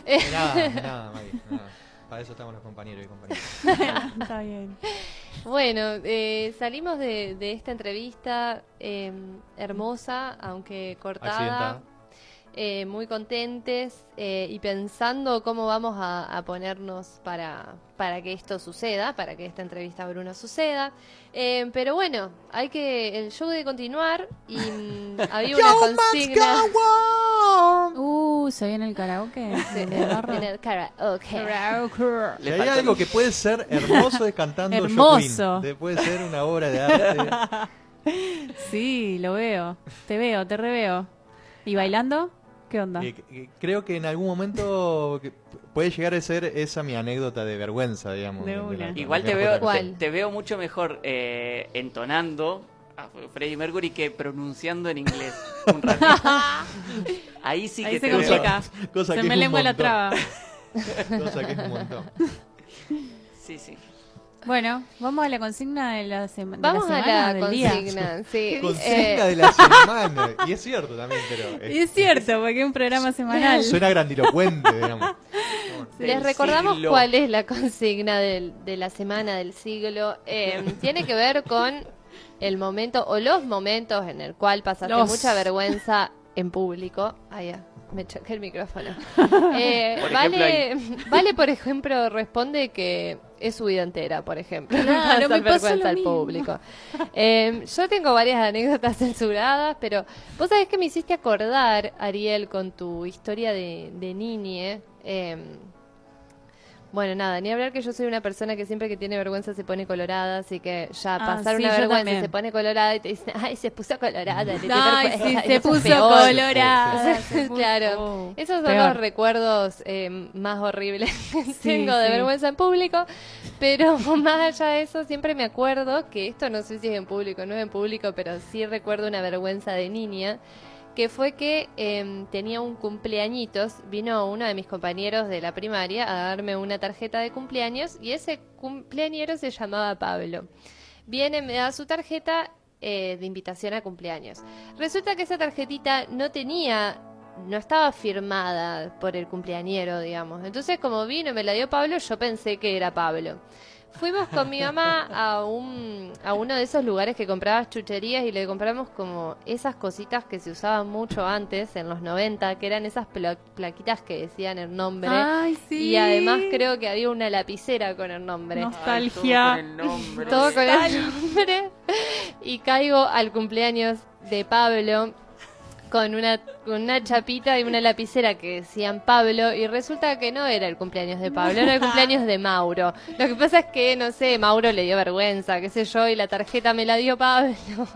Nada, Maggie. Nada. Para eso estamos los compañeros y compañeras. Está bien. Bueno, salimos de esta entrevista hermosa, aunque cortada. Accidentada. Muy contentes y pensando cómo vamos a ponernos para que esto suceda, para que esta entrevista a Bruno suceda. Pero bueno, el show debe continuar y había una consigna. ¿Se viene el karaoke? Sí, ¿De barro? en el karaoke. Karaoke. Si hay algo que puede ser hermoso es cantando Hermoso. Joaquín. Puede ser una obra de arte. Sí, lo veo. Te veo, te reveo. ¿Y bailando? ¿Qué onda? Creo que en algún momento puede llegar a ser esa mi anécdota de vergüenza, digamos. De una. Igual de te la veo, respuesta. ¿Cuál? te veo mucho mejor entonando a Freddie Mercury que pronunciando en inglés un ratito. Ahí sí Ahí que se te complica. Cosa Se que me es un lengua la montón. traba. Cosa que es un montón. veo. Sí, sí. Bueno, vamos a la consigna de la, Vamos a la del día. consigna, sí. Consigna de la semana. Y es cierto también, pero Y es cierto, porque es un programa semanal. suena grandilocuente, digamos. Les Del recordamos siglo. cuál es la consigna de la semana del siglo. Tiene que ver con el momento o los momentos en el cual pasaste mucha vergüenza en público. Ay, ya, me choqué el micrófono. Vale, por ejemplo, responde que es su vida entera, por ejemplo. Claro, Pasar me pasó vergüenza lo al mismo. público. Yo tengo varias anécdotas censuradas, pero vos sabés que me hiciste acordar, Ariel, con tu historia de niñe. Bueno, nada, ni hablar que yo soy una persona que siempre que tiene vergüenza se pone colorada, así que ya pasar sí, una yo vergüenza y también. se pone colorada y te dicen, ay, se puso colorada. le dio Ay, vergüenza", sí, y se eso es puso peor. colorada. se Claro, puso- esos son Peor. los recuerdos más horribles que Sí, tengo de sí. vergüenza en público, pero más allá de eso siempre me acuerdo que esto no sé si es en público o no es en público, pero sí recuerdo una vergüenza de niña, que fue que tenía un cumpleañitos, vino uno de mis compañeros de la primaria a darme una tarjeta de cumpleaños y ese cumpleañero se llamaba Pablo. Viene, me da su tarjeta de invitación a cumpleaños. Resulta que esa tarjetita no estaba firmada por el cumpleañero, digamos. Entonces, como vino y me la dio Pablo, yo pensé que era Pablo. Fuimos con mi mamá a uno de esos lugares que comprabas chucherías y le compramos como esas cositas que se usaban mucho antes, en los 90, que eran esas plaquitas que decían el nombre. Ay, sí. Y además creo que había una lapicera con el nombre. Nostalgia. Ay, todo con el nombre. Todo con el nombre. Y caigo al cumpleaños de Pablo con una chapita y una lapicera que decían Pablo y resulta que no era el cumpleaños de Pablo, era el cumpleaños de Mauro. Lo que pasa es que, no sé, Mauro le dio vergüenza, qué sé yo, y la tarjeta me la dio Pablo.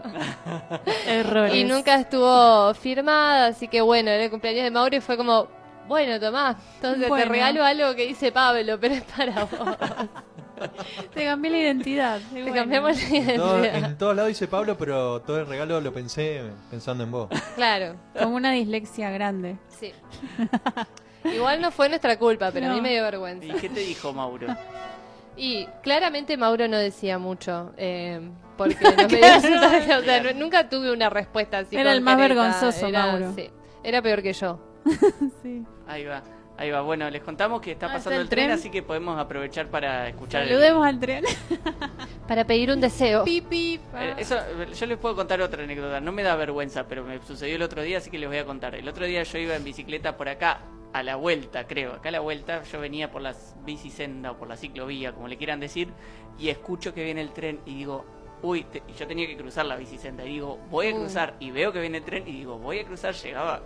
Errores. Y nunca estuvo firmada, así que bueno, era el cumpleaños de Mauro y fue como, bueno, tomá, entonces Bueno. te regalo algo que dice Pablo, pero es para vos. Te cambié la identidad. Te cambiamos la identidad. En todos lados dice Pablo, pero todo el regalo lo pensé pensando en vos. Claro, Como una dislexia grande. sí. Igual no fue nuestra culpa, pero a No. mí me dio vergüenza. ¿Y qué te dijo Mauro? Y claramente Mauro no decía mucho, porque no me dio su tarjeta, o sea, nunca tuve una respuesta así. Era el más concreta, vergonzoso, Mauro. Sí, era peor que yo. Sí. Ahí va. Ahí va, bueno, les contamos que está Ah, pasando está el el tren, tren. así que podemos aprovechar para escuchar Saludemos al tren. Para pedir un deseo. Pi, pi, pa. Yo les puedo contar otra anécdota, no me da vergüenza, pero me sucedió el otro día, así que les voy a contar. El otro día yo iba en bicicleta por acá, a la vuelta, creo, acá a la vuelta, yo venía por la bicisenda o por la ciclovía, como le quieran decir, y escucho que viene el tren y digo, uy, y yo tenía que cruzar la bicisenda, y digo, voy a cruzar, y veo que viene el tren, y digo, voy a cruzar, llegaba...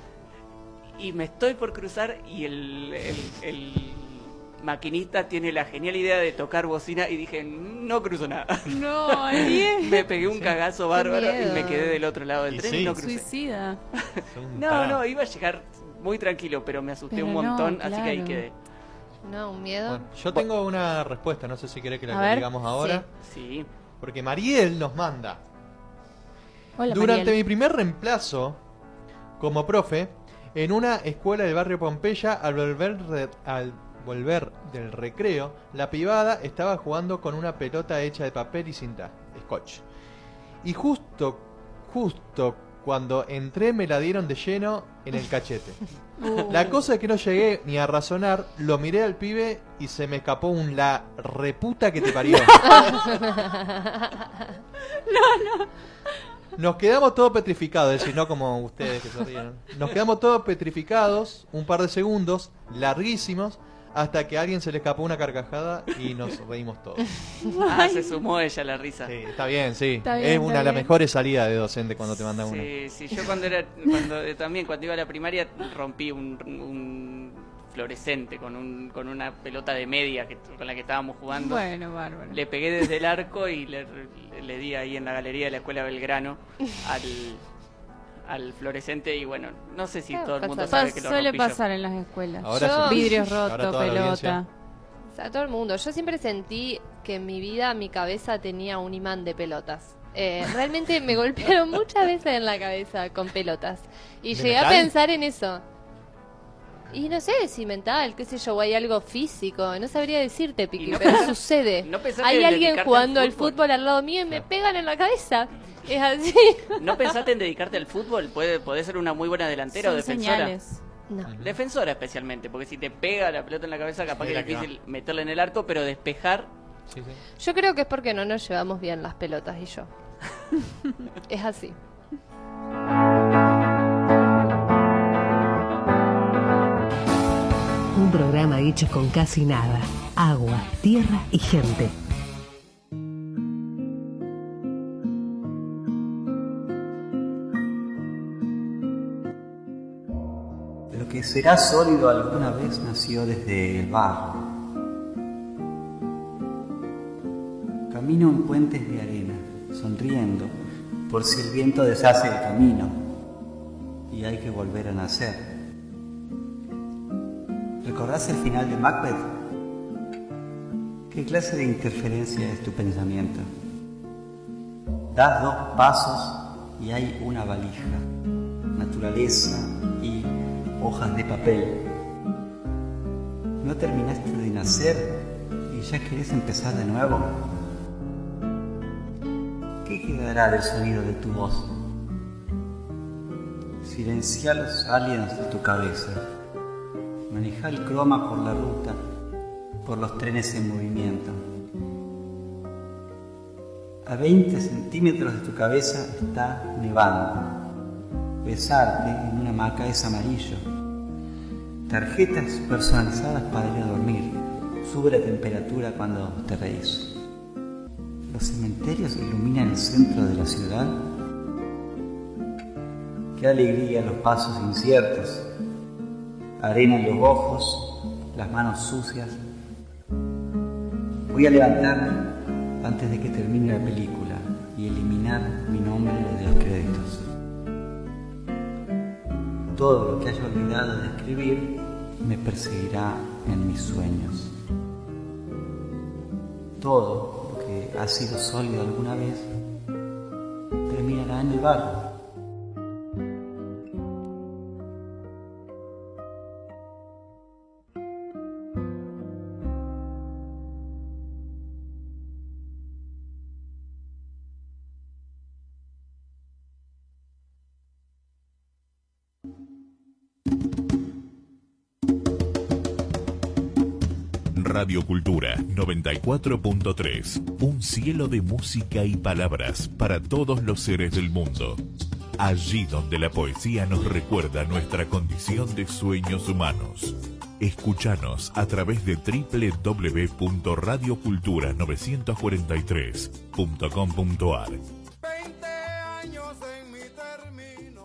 Y me estoy por cruzar y el maquinista tiene la genial idea de tocar bocina y dije, no cruzo nada. No, Ariel. Me pegué un cagazo bárbaro y miedo. me quedé del otro lado del Y tren sí. y no crucé. Suicida. Son un No, tarado. no, iba a llegar muy tranquilo, pero me asusté Pero un no, montón, así que ahí claro. quedé. No, un miedo. Bueno, yo tengo una respuesta, no sé si querés que A la ver. digamos ahora. Sí. Porque Mariel nos manda. Hola, Durante Mariel. mi primer reemplazo como profe en una escuela del barrio Pompeya, al volver del recreo, la pibada estaba jugando con una pelota hecha de papel y cinta, scotch. Y justo cuando entré me la dieron de lleno en el cachete. La cosa es que no llegué ni a razonar, lo miré al pibe y se me escapó un la reputa que te parió. Nos quedamos todos petrificados, es decir, no como ustedes que se ríen. Nos quedamos todos petrificados un par de segundos, larguísimos, hasta que a alguien se le escapó una carcajada y nos reímos todos. Ah, se sumó ella a la risa. Sí, está bien, sí. Está bien, Es está una de las bien. mejores salidas de docente cuando te mandan una. Sí, sí, yo cuando iba a la primaria rompí un fluorescente con una pelota de media con la que estábamos jugando. Bueno, bárbaro. Le pegué desde el arco y le di ahí en la galería de la Escuela Belgrano al fluorescente, y bueno, no sé si todo el mundo sabe que lo Suele rompí yo. pasar en las escuelas. Ahora sí. Vidrios Ahora rotos, toda la audiencia. pelota. O sea, todo el mundo. Yo siempre sentí que en mi vida mi cabeza tenía un imán de pelotas. Realmente me golpearon muchas veces en la cabeza con pelotas. Y ¿De llegué a metal? pensar en eso. Y no sé si mental, qué sé yo, o hay algo físico. No sabría decirte, Piqui, ¿Y no pero pensás- sucede. no pensaste Hay en alguien dedicarte jugando al al fútbol al lado mío y me pegan en la cabeza. Es así. ¿No pensaste en dedicarte al fútbol? Podés ser una muy buena delantera o Son defensora. señales. No. Defensora especialmente, porque si te pega la pelota en la cabeza, capaz Sí, que es que difícil meterla en el arco, pero despejar. Sí, sí. Yo creo que es porque no nos llevamos bien las pelotas y yo. Es así. Un programa hecho con casi nada. Agua, tierra y gente. Lo que será sólido alguna vez nació desde el barro. Camino en puentes de arena, sonriendo, por si el viento deshace el camino y hay que volver a nacer. ¿Recordás el final de Macbeth? ¿Qué clase de interferencia es tu pensamiento? Das 2 pasos y hay una valija, naturaleza y hojas de papel. ¿No terminaste de nacer y ya querés empezar de nuevo? ¿Qué quedará del sonido de tu voz? Silencia los aliens de tu cabeza. Maneja el croma por la ruta, por los trenes en movimiento. A 20 centímetros de tu cabeza está nevando. Besarte en una hamaca es amarillo. Tarjetas personalizadas para ir a dormir. Sube la temperatura cuando te reís. ¿Los cementerios iluminan el centro de la ciudad? Qué alegría los pasos inciertos. Arena en los ojos, las manos sucias. Voy a levantarme antes de que termine la película y eliminar mi nombre de los créditos. Todo lo que haya olvidado de escribir me perseguirá en mis sueños. Todo lo que ha sido sólido alguna vez terminará en el barro. Radio Cultura 94.3. Un cielo de música y palabras para todos los seres del mundo. Allí donde la poesía nos recuerda nuestra condición de sueños humanos. Escúchanos a través de www.radiocultura943.com.ar. 20 años en mi término.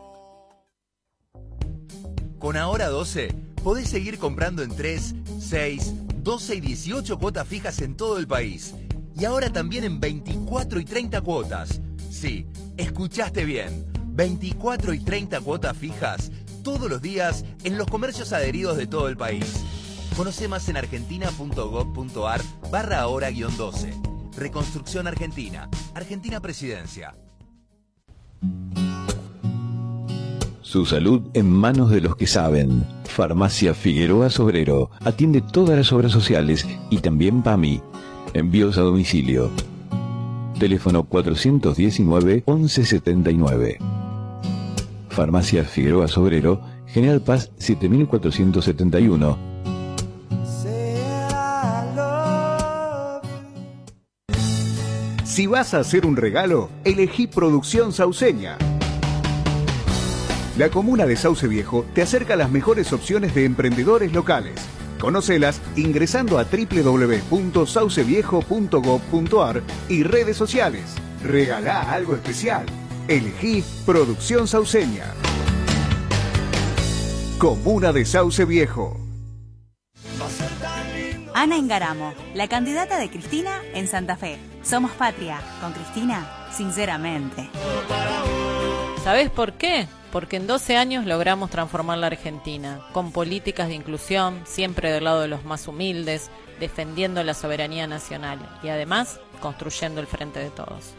Con Ahora 12 podés seguir comprando en 3, 6, 12 y 18 cuotas fijas en todo el país. Y ahora también en 24 y 30 cuotas. Sí, escuchaste bien. 24 y 30 cuotas fijas todos los días en los comercios adheridos de todo el país. Conoce más en argentina.gov.ar/ahora-12. Reconstrucción Argentina. Argentina Presidencia. Su salud en manos de los que saben. Farmacia Figueroa Sobrero. Atiende todas las obras sociales y también PAMI. Envíos a domicilio. Teléfono 419-1179. Farmacia Figueroa Sobrero, General Paz 7471. Si vas a hacer un regalo, elegí Producción Sauceña. La comuna de Sauce Viejo te acerca a las mejores opciones de emprendedores locales. Conócelas ingresando a www.sauceviejo.gov.ar y redes sociales. Regalá algo especial. Elegí Producción Sauceña. Comuna de Sauce Viejo. Ana Engaramo, la candidata de Cristina en Santa Fe. Somos patria, con Cristina, sinceramente. ¿Sabés por qué? Porque en 12 años logramos transformar la Argentina, con políticas de inclusión, siempre del lado de los más humildes, defendiendo la soberanía nacional y además construyendo el frente de todos.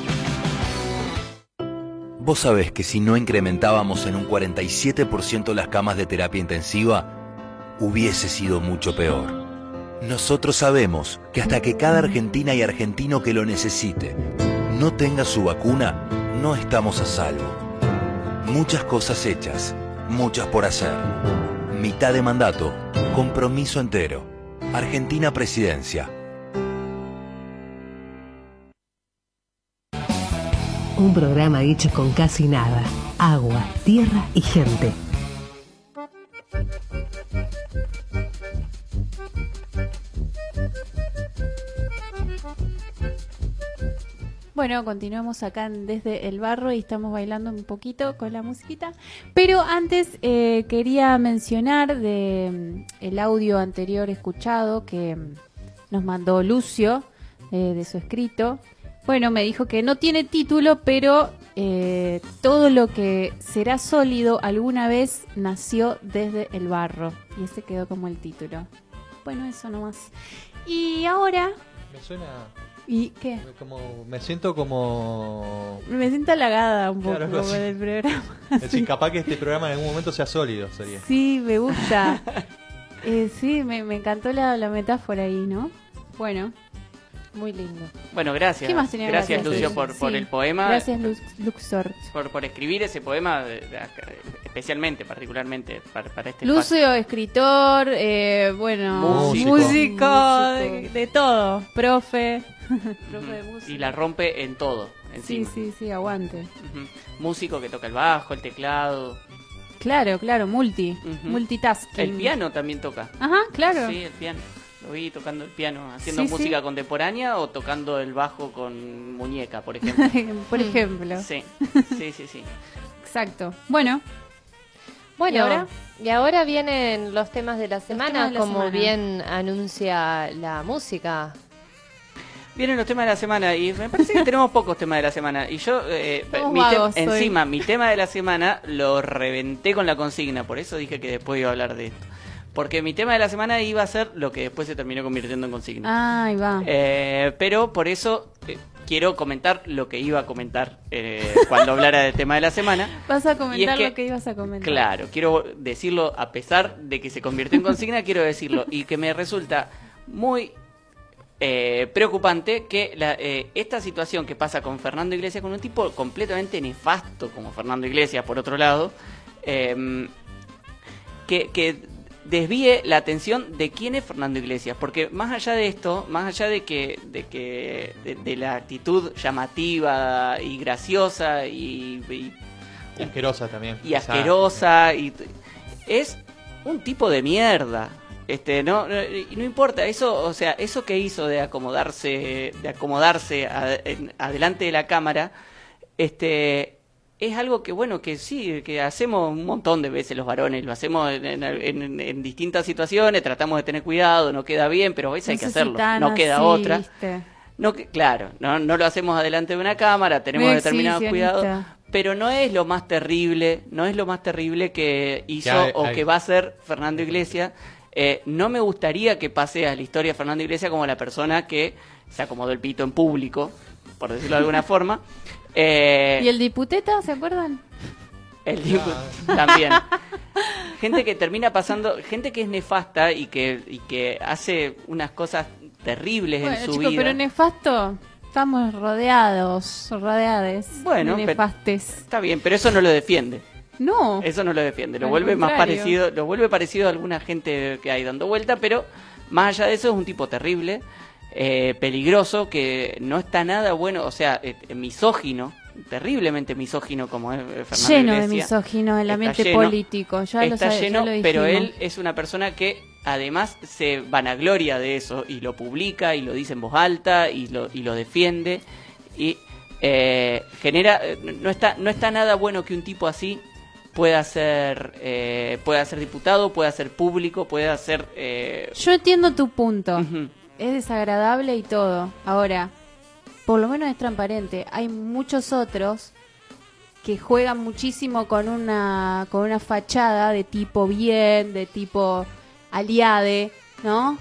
Vos sabés que si no incrementábamos en un 47% las camas de terapia intensiva, hubiese sido mucho peor. Nosotros sabemos que hasta que cada argentina y argentino que lo necesite no tenga su vacuna, no estamos a salvo. Muchas cosas hechas, muchas por hacer. Mitad de mandato, compromiso entero. Argentina Presidencia. Un programa hecho con casi nada. Agua, tierra y gente. Bueno, continuamos acá Desde el Barro y estamos bailando un poquito con la musiquita. Pero antes quería mencionar el audio anterior escuchado que nos mandó Lucio de su escrito. Bueno, me dijo que no tiene título, pero todo lo que será sólido alguna vez nació desde el barro. Y ese quedó como el título. Bueno, eso nomás. Y ahora... Me suena... ¿Y qué? Me siento como... Me siento halagada un poco claro, como del programa. Es decir, capaz que este programa en algún momento sea sólido, sería. Sí, me gusta. Sí, me encantó la metáfora ahí, ¿no? Bueno. Muy lindo. Bueno, gracias. ¿Qué más tenía gracias, que Lucio, decir? por Sí. el poema. Gracias, Luxor. Por escribir ese poema, especialmente, particularmente, para este Lucio, espacio. escritor, bueno, músico. De todo. Profe. Profe de música. Y la rompe en todo, encima. Sí, aguante. Músico que toca el bajo, el teclado. Claro, multitasking. El piano también toca. Ajá, claro. Sí, el piano. Lo vi tocando el piano, haciendo Sí, música sí. contemporánea o tocando el bajo con muñeca, por ejemplo. Por ejemplo. Sí. Exacto. Bueno, Bueno, y ahora vienen los temas de la semana, temas de la como semana. bien anuncia la música. Vienen los temas de la semana y me parece que tenemos pocos temas de la semana. Y yo, Somos vagos hoy. encima, mi tema de la semana lo reventé con la consigna, por eso dije que después iba a hablar de esto. Porque mi tema de la semana iba a ser lo que después se terminó convirtiendo en consigna. Ahí va. Pero por eso quiero comentar lo que iba a comentar cuando hablara del tema de la semana. Vas a Y comentar es lo que ibas a comentar. Claro, quiero decirlo, a pesar de que se convirtió en consigna, quiero decirlo. Y que me resulta muy preocupante que esta situación que pasa con Fernando Iglesias, con un tipo completamente nefasto como Fernando Iglesias, por otro lado, que desvíe la atención de quién es Fernando Iglesias, porque más allá de esto, más allá de la actitud llamativa y graciosa y asquerosa también. Y asquerosa, es un tipo de mierda. No importa eso, o sea, eso que hizo de acomodarse adelante de la cámara, es algo que, bueno, que sí, que hacemos un montón de veces los varones, lo hacemos en distintas situaciones, tratamos de tener cuidado, no queda bien, pero a veces hay que hacerlo, no queda otra. ¿Viste? Claro, no lo hacemos adelante de una cámara, tenemos Muy determinados cuidados, exhibicionista. pero no es lo más terrible que hizo o que va a hacer Fernando Iglesias. No me gustaría que pase a la historia de Fernando Iglesias como la persona que se acomodó el pito en público, por decirlo de alguna forma. ¿Y el diputeta, se acuerdan? El también. Gente que termina pasando, gente que es nefasta y que hace unas cosas terribles en su chicos, vida. pero nefasto, estamos rodeadas Bueno, de nefastes. Está bien, pero eso no lo defiende. No. Eso no lo defiende, lo Al vuelve más contrario. parecido, lo vuelve parecido a alguna gente que hay dando vuelta, pero más allá de eso es un tipo terrible, peligroso, que no está nada bueno, o sea, misógino, terriblemente misógino como es Fernando Lleno de Iglesias. misógino el Está ambiente lleno, político, ya está lo lleno, dijimos. pero él es una persona que además se vanagloria de eso y lo publica y lo dice en voz alta y lo defiende y genera, no está nada bueno que un tipo así pueda ser diputado, pueda ser público, pueda ser... Yo entiendo tu punto. Es desagradable y todo. Ahora, por lo menos es transparente. Hay muchos otros que juegan muchísimo con una fachada de tipo bien, de tipo aliade, ¿no?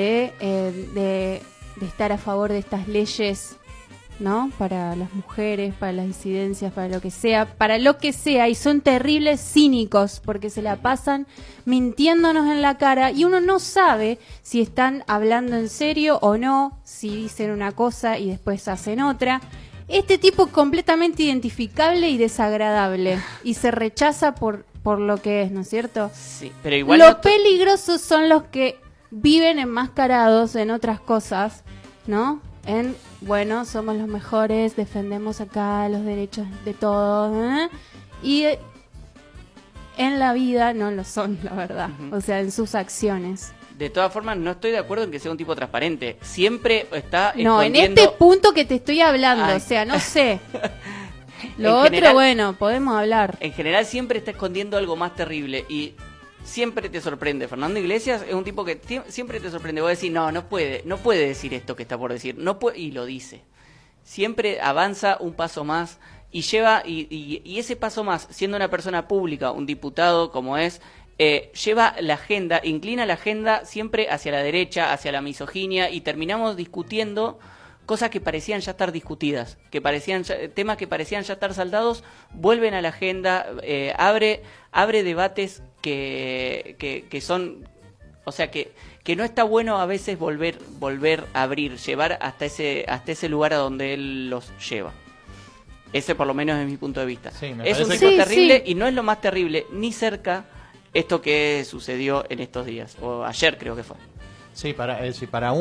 De estar a favor de estas leyes, ¿no? Para las mujeres, para las disidencias, para lo que sea, y son terribles cínicos porque se la pasan mintiéndonos en la cara y uno no sabe si están hablando en serio o no, si dicen una cosa y después hacen otra. Este tipo es completamente identificable y desagradable y se rechaza por lo que es, ¿no es cierto? Sí, pero igual lo peligrosos son los que viven enmascarados en otras cosas, ¿no? Bueno, somos los mejores, defendemos acá los derechos de todos, ¿eh? Y en la vida no lo son, la verdad. O sea, en sus acciones. De todas formas, no estoy de acuerdo en que sea un tipo transparente. Siempre está No, escondiendo... en este punto que te estoy hablando, Ay. o sea, no sé. Lo En otro, general- bueno, podemos hablar. En general siempre está escondiendo algo más terrible y siempre te sorprende. Fernando Iglesias es un tipo que siempre te sorprende. Vos decís, no puede decir esto que está por decir, no puede, y lo dice. Siempre avanza un paso más y lleva, y ese paso más, siendo una persona pública, un diputado como es, lleva la agenda, inclina la agenda siempre hacia la derecha, hacia la misoginia, y terminamos discutiendo cosas que parecían ya estar discutidas, temas que parecían ya estar saldados, vuelven a la agenda, abre debates que son, o sea, que no está bueno a veces volver a abrir, llevar hasta ese lugar a donde él los lleva. Ese por lo menos es mi punto de vista. Sí, Es un tipo terrible y no es lo más terrible ni cerca esto que sucedió en estos días, o ayer creo que fue. Sí, para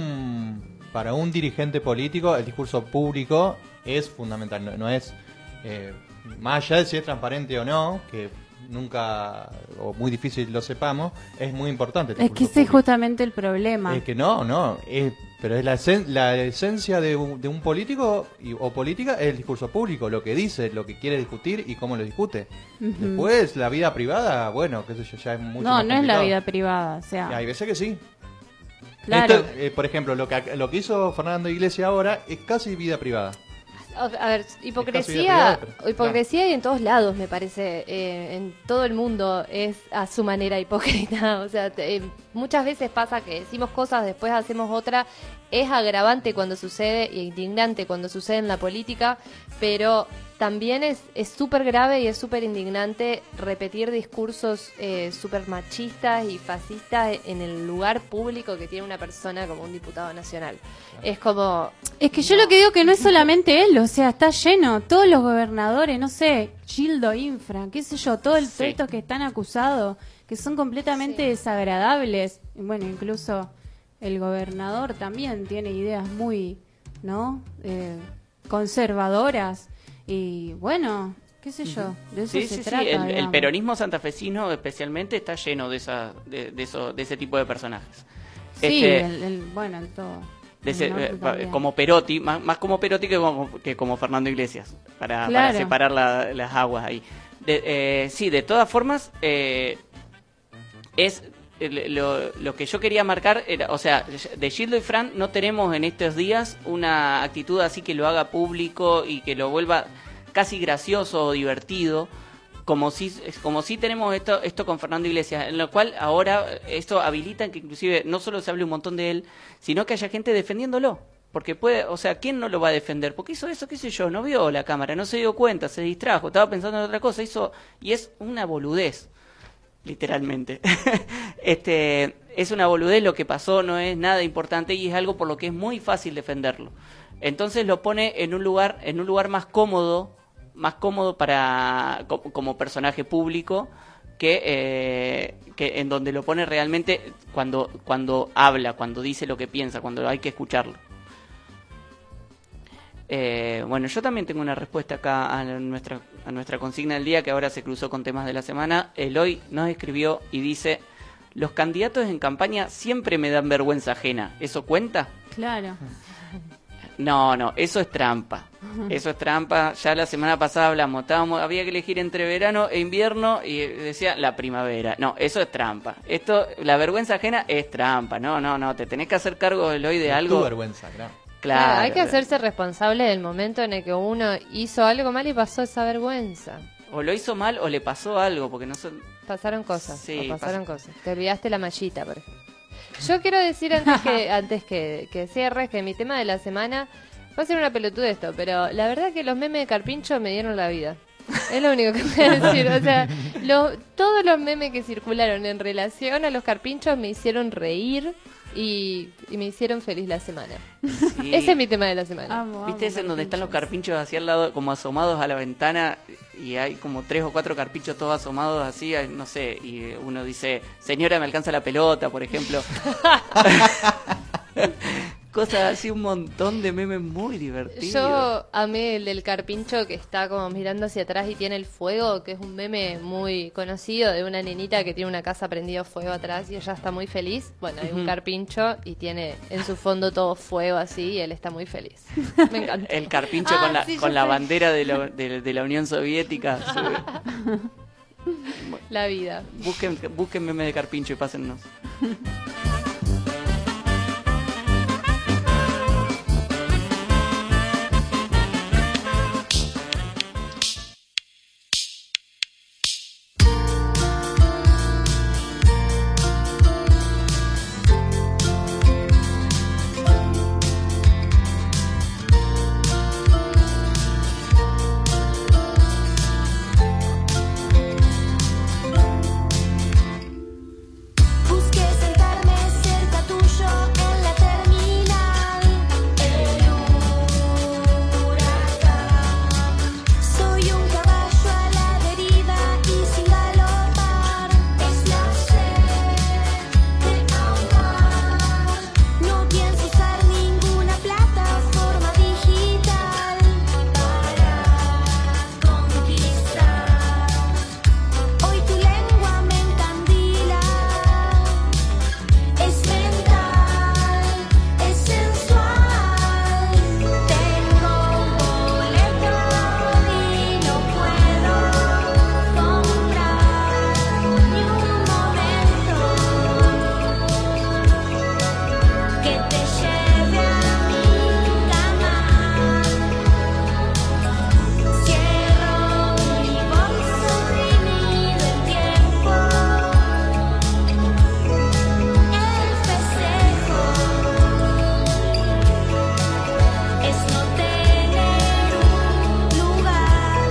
un dirigente político el discurso público es fundamental, no es más allá de si es transparente o no, que nunca o muy difícil lo sepamos, es muy importante el Es que discurso ese es público. justamente el problema. Es que pero es la esencia de un político o política es el discurso público, lo que dice, lo que quiere discutir y cómo lo discute. Ujú. Después la vida privada, bueno, qué sé yo, ya es mucho No, más no es la complicado. vida privada, o sea. Y hay veces que sí. Claro. Esto, por ejemplo, lo que hizo Fernando Iglesias ahora es casi vida privada. A ver, Es casi hipocresía vida privada, hay en todos lados, me parece. En todo el mundo es a su manera hipócrita. O sea, muchas veces pasa que decimos cosas, después hacemos otra. Es agravante cuando sucede e indignante cuando sucede en la política, pero también es súper grave y es súper indignante repetir discursos súper machistas y fascistas en el lugar público que tiene una persona como un diputado nacional. Es como... Es que yo lo que digo que no es solamente él, o sea, está lleno, todos los gobernadores, no sé, Gildo Infra, qué sé yo, todos estos que están acusados, que son completamente desagradables. Y bueno, incluso el gobernador también tiene ideas muy, ¿no? Conservadoras. Y bueno, qué sé yo, de eso se trata. El digamos. peronismo santafesino especialmente está lleno de ese tipo de personajes. Sí, bueno, en todo. Como Perotti, más como Perotti que como Fernando Iglesias, para separar las aguas ahí. Sí, de todas formas, es lo que yo quería marcar, o sea, de Gildo y Fran no tenemos en estos días una actitud así que lo haga público y que lo vuelva casi gracioso o divertido, como si tenemos esto con Fernando Iglesias, en lo cual ahora esto habilita que inclusive no solo se hable un montón de él, sino que haya gente defendiéndolo. Porque puede, o sea, ¿quién no lo va a defender? Porque hizo eso, qué sé yo, no vio la cámara, no se dio cuenta, se distrajo, estaba pensando en otra cosa, y es una boludez, literalmente. Es una boludez, lo que pasó no es nada importante y es algo por lo que es muy fácil defenderlo. Entonces lo pone en un lugar más cómodo para como personaje público que en donde lo pone realmente cuando habla, cuando dice lo que piensa, cuando hay que escucharlo. Bueno, yo también tengo una respuesta acá a nuestra consigna del día, que ahora se cruzó con temas de la semana. Eloy nos escribió y dice: los candidatos en campaña siempre me dan vergüenza ajena. ¿Eso cuenta? Claro. No, eso es trampa. Eso es trampa. Ya la semana pasada hablamos, había que elegir entre verano e invierno y decía la primavera. No, eso es trampa. La vergüenza ajena es trampa. No, te tenés que hacer cargo hoy de algo. Tu vergüenza, Claro. Hay que hacerse responsable del momento en el que uno hizo algo mal y pasó esa vergüenza. O lo hizo mal o le pasó algo, porque no son... Pasaron cosas, Sí, pasaron cosas. Te olvidaste la mallita, por ejemplo. Yo quiero decir antes que cierres que mi tema de la semana va a ser una pelotuda esto, pero la verdad que los memes de Carpincho me dieron la vida. Es lo único que voy a decir. O sea, todos los memes que circularon en relación a los carpinchos me hicieron reír y me hicieron feliz la semana. Sí. Ese es mi tema de la semana. ¿Viste ese en donde están los carpinchos así al lado, como asomados a la ventana, y hay como 3 o 4 carpinchos todos asomados así, no sé, y uno dice, señora, me alcanza la pelota, por ejemplo? Cosas así, un montón de memes muy divertidos. Yo amé el del carpincho que está como mirando hacia atrás y tiene el fuego, que es un meme muy conocido de una nenita que tiene una casa prendido fuego atrás y ella está muy feliz. Bueno, hay un carpincho y tiene en su fondo todo fuego así y él está muy feliz. Me encanta. El carpincho con la bandera de la Unión Soviética. La vida. Busquen memes de carpincho y pásennos. Busqué sentarme cerca tuyo en la terminal. El huracán. Soy un caballo a la deriva y sin galopar. Es la sed de ahogar. No pienso usar ninguna plataforma digital para conquistar. Hoy tu lengua me encandila. Es mental, es sensual. Tengo un boleto y no puedo comprar ni un momento que te lleve a mi cama. Cierro mi bolso oprimido el tiempo. El festejo es no tener un lugar.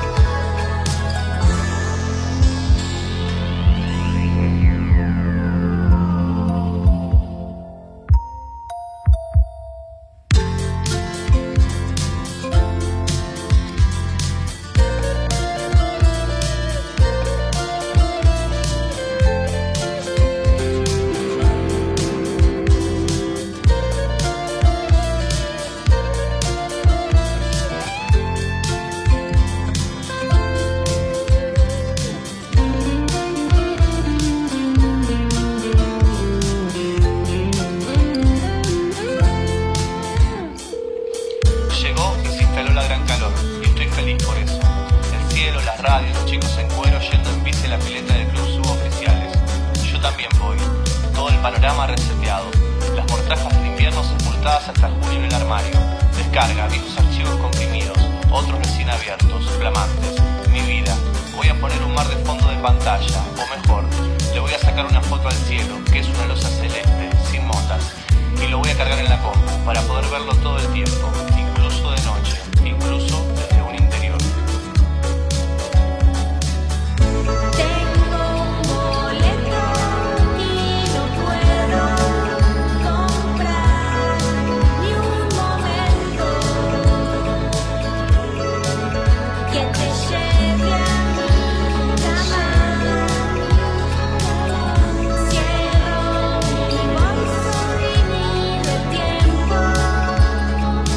Llegó y se instaló la gran calor, y estoy feliz por eso. El cielo, las radios, los chicos en cuero yendo en bici a la pileta del club suboficiales. Yo también voy. Todo el panorama reseteado. Las mortajas del invierno sepultadas hasta junio en el armario. Descarga, viejos archivos comprimidos, otros recién abiertos, flamantes. Mi vida. Voy a poner un mar de fondo de pantalla, o mejor, le voy a sacar una foto al cielo, que es una losa celeste, sin motas. Y lo voy a cargar en la compu para poder verlo todo el tiempo, incluso de noche, incluso desde un interior. Tengo un boleto y no puedo comprar ni un momento que te lleve a mi cama. Cierro mi bolso oprimido el tiempo.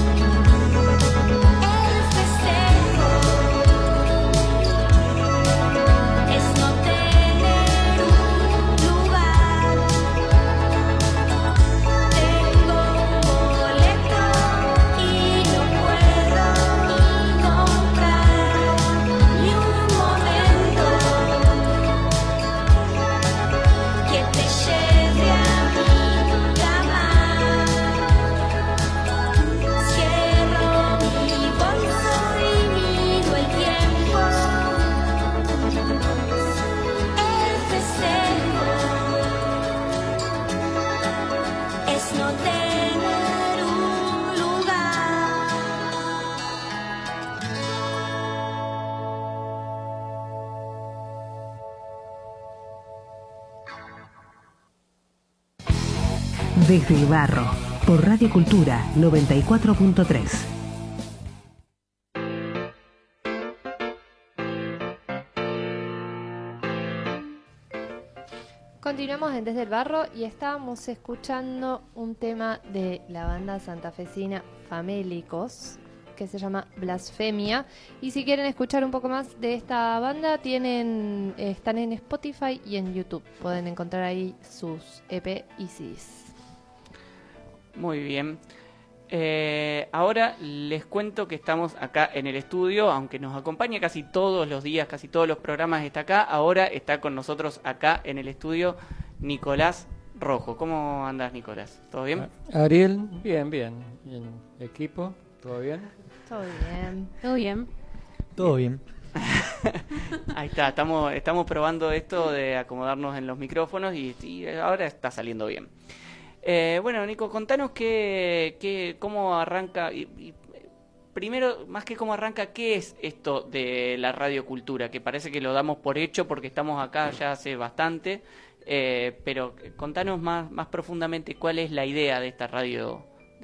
es no tener un lugar. Desde el Barro, por Radio Cultura 94.3. Continuamos en Desde el Barro y estábamos escuchando un tema de la banda santafesina Famélicos que se llama Blasfemia. Y si quieren escuchar un poco más de esta banda, están en Spotify y en YouTube. Pueden encontrar ahí sus EP y CDs. Muy bien. Ahora les cuento que estamos acá en el estudio, aunque nos acompaña casi todos los días, casi todos los programas está acá. Ahora está con nosotros acá en el estudio Nicolás Rojo. ¿Cómo andás, Nicolás? ¿Todo bien? Ariel, bien. ¿Y en equipo? ¿Todo bien? Todo bien. Todo bien. Todo bien. Ahí está, estamos probando esto de acomodarnos en los micrófonos y ahora está saliendo bien. Bueno, Nico, contanos cómo arranca, y primero, más que cómo arranca, ¿qué es esto de la radiocultura? Que parece que lo damos por hecho porque estamos acá ya hace bastante, pero contanos más profundamente cuál es la idea de esta radio.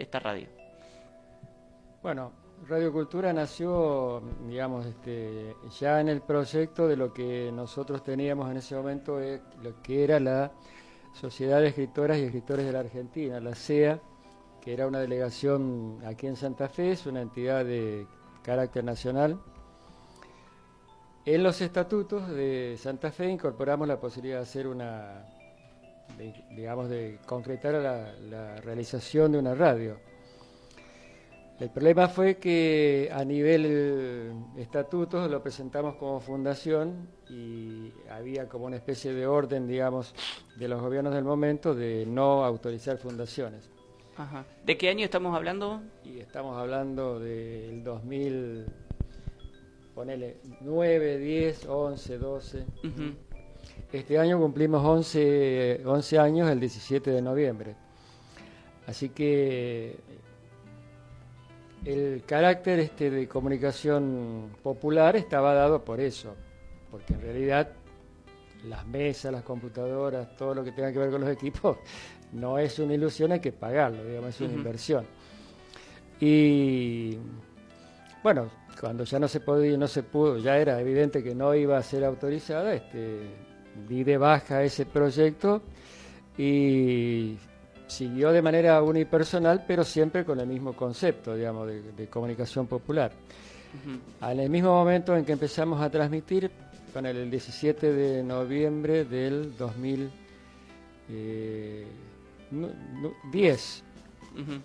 Bueno, Radiocultura nació, digamos, ya en el proyecto de lo que nosotros teníamos en ese momento, lo que era la Sociedad de Escritoras y Escritores de la Argentina, la SEA, que era una delegación aquí en Santa Fe, es una entidad de carácter nacional. En los estatutos de Santa Fe incorporamos la posibilidad de hacer de concretar la realización de una radio. El problema fue que a nivel estatutos lo presentamos como fundación y había como una especie de orden, digamos, de los gobiernos del momento de no autorizar fundaciones. Ajá. ¿De qué año estamos hablando? Y estamos hablando del 2000, ponele 9, 10, 11, 12. Uh-huh. Este año cumplimos 11 años el 17 de noviembre. Así que el carácter de comunicación popular estaba dado por eso, porque en realidad las mesas, las computadoras, todo lo que tenga que ver con los equipos, no es una ilusión, hay que pagarlo, digamos, es una inversión. Y bueno, cuando ya no se pudo, ya era evidente que no iba a ser autorizada, di de baja ese proyecto y siguió de manera unipersonal, pero siempre con el mismo concepto, digamos, de comunicación popular. Uh-huh. En el mismo momento en que empezamos a transmitir, con el 17 de noviembre del 2010. Uh-huh.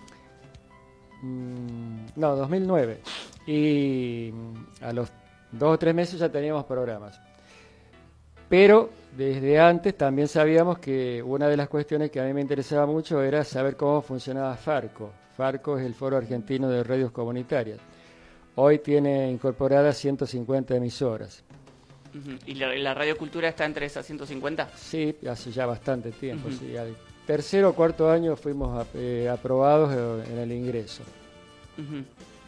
2009. Y a los 2 o 3 meses ya teníamos programas. Pero desde antes también sabíamos que una de las cuestiones que a mí me interesaba mucho era saber cómo funcionaba Farco. Farco es el Foro Argentino de Radios Comunitarias. Hoy tiene incorporadas 150 emisoras. Uh-huh. ¿Y la radiocultura está entre esas 150? Sí, hace ya bastante tiempo. Uh-huh. Sí. Al tercer o cuarto año fuimos aprobados en el ingreso. Uh-huh.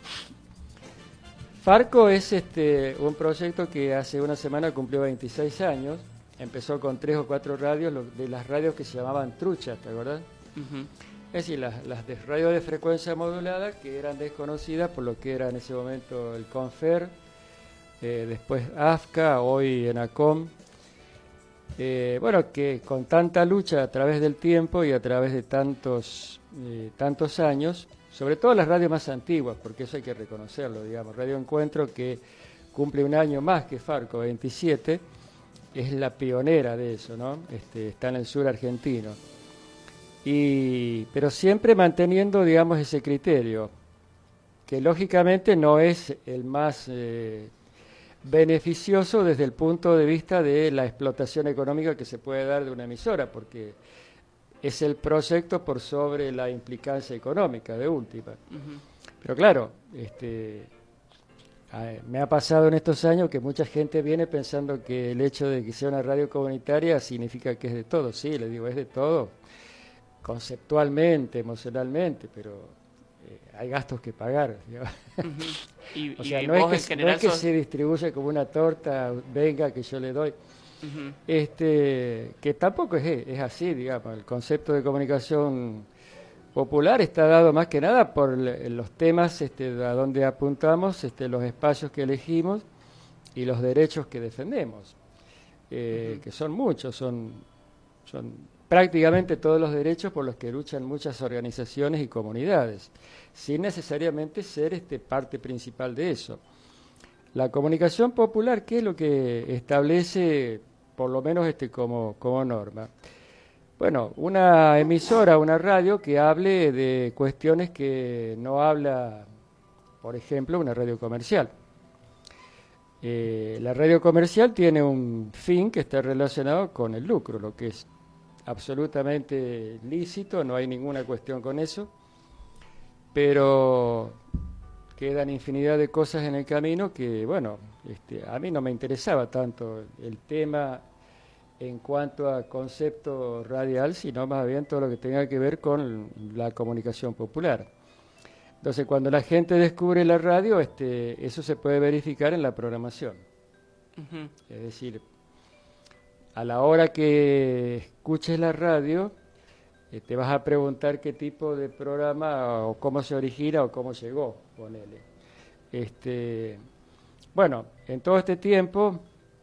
Farco es un proyecto que hace una semana cumplió 26 años. Empezó con 3 o 4 radios, de las radios que se llamaban truchas, ¿te acordás? Uh-huh. Es decir, las de radio de frecuencia modulada, que eran desconocidas por lo que era en ese momento el Confer, después AFCA, hoy ENACOM. Bueno, que con tanta lucha a través del tiempo y a través de tantos años, sobre todo las radios más antiguas, porque eso hay que reconocerlo, digamos. Radio Encuentro, que cumple un año más que Farco, 27, es la pionera de eso, ¿no? Está en el sur argentino. Pero siempre manteniendo, digamos, ese criterio, que lógicamente no es el más beneficioso desde el punto de vista de la explotación económica que se puede dar de una emisora, porque es el proyecto por sobre la implicancia económica de última. Uh-huh. Pero claro, me ha pasado en estos años que mucha gente viene pensando que el hecho de que sea una radio comunitaria significa que es de todo. Sí, le digo, es de todo, conceptualmente, emocionalmente, pero hay gastos que pagar. O sea, no es que se distribuye como una torta, venga que yo le doy. Que tampoco es así, digamos. El concepto de comunicación popular está dado más que nada por los temas a donde apuntamos, los espacios que elegimos y los derechos que defendemos, que son muchos, son prácticamente todos los derechos por los que luchan muchas organizaciones y comunidades, sin necesariamente ser parte principal de eso. La comunicación popular, ¿qué es lo que establece, por lo menos como norma? Bueno, una emisora, una radio que hable de cuestiones que no habla, por ejemplo, una radio comercial. La radio comercial tiene un fin que está relacionado con el lucro, lo que es absolutamente lícito, no hay ninguna cuestión con eso, pero quedan infinidad de cosas en el camino que, bueno, a mí no me interesaba tanto el tema en cuanto a concepto radial, sino más bien todo lo que tenga que ver con la comunicación popular. Entonces, cuando la gente descubre la radio, eso se puede verificar en la programación. Es decir, a la hora que escuches la radio, te vas a preguntar qué tipo de programa o cómo se origina o cómo llegó, ponele. Bueno, en todo este tiempo,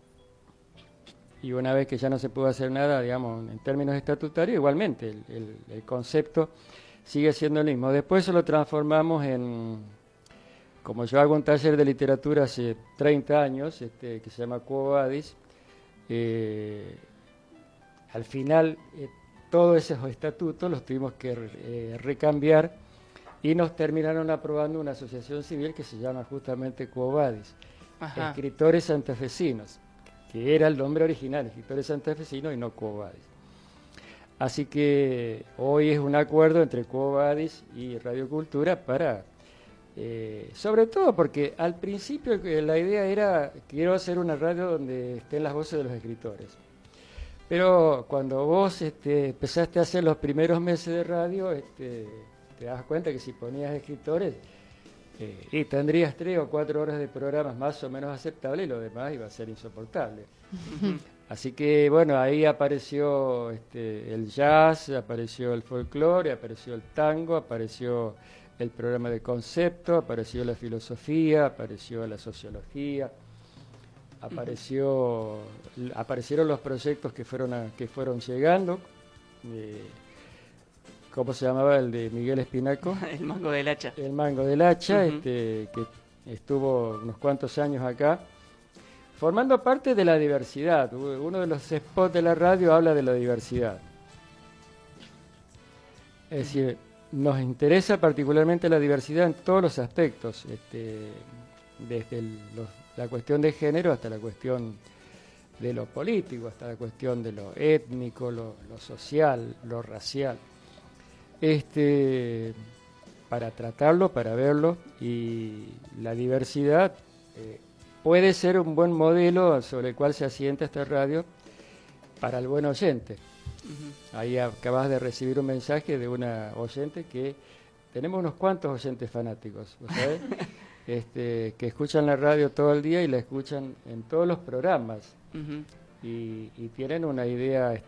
y una vez que ya no se pudo hacer nada, digamos, en términos estatutarios, igualmente el concepto sigue siendo el mismo. Después eso lo transformamos como yo hago un taller de literatura hace 30 años, que se llama Quo Vadis. Al final todos esos estatutos los tuvimos que recambiar y nos terminaron aprobando una asociación civil que se llama justamente Quo Vadis, Escritores Santafesinos, que era el nombre original, Escritores Santafesinos y no Quo Vadis. Así que hoy es un acuerdo entre Quo Vadis y Radio Cultura para, sobre todo porque al principio la idea era, quiero hacer una radio donde estén las voces de los escritores. Pero cuando vos empezaste a hacer los primeros meses de radio, te das cuenta que si ponías escritores, y tendrías 3 o 4 horas de programas más o menos aceptables y lo demás iba a ser insoportable. Así que bueno, ahí apareció el jazz, apareció el folclore, apareció el tango, apareció el programa de concepto, apareció la filosofía, apareció la sociología, aparecieron los proyectos que fueron llegando. ¿Cómo se llamaba el de Miguel Espinaco? El Mango del Hacha. El Mango del Hacha, que estuvo unos cuantos años acá, formando parte de la diversidad. Uno de los spots de la radio habla de la diversidad. Es decir, nos interesa particularmente la diversidad en todos los aspectos, desde la cuestión de género hasta la cuestión de lo político, hasta la cuestión de lo étnico, lo social, lo racial. Para tratarlo, para verlo, y la diversidad puede ser un buen modelo sobre el cual se asienta esta radio para el buen oyente. Ahí acabas de recibir un mensaje de una oyente que tenemos unos cuantos oyentes fanáticos, ¿sabes? Que escuchan la radio todo el día y la escuchan en todos los programas y tienen una idea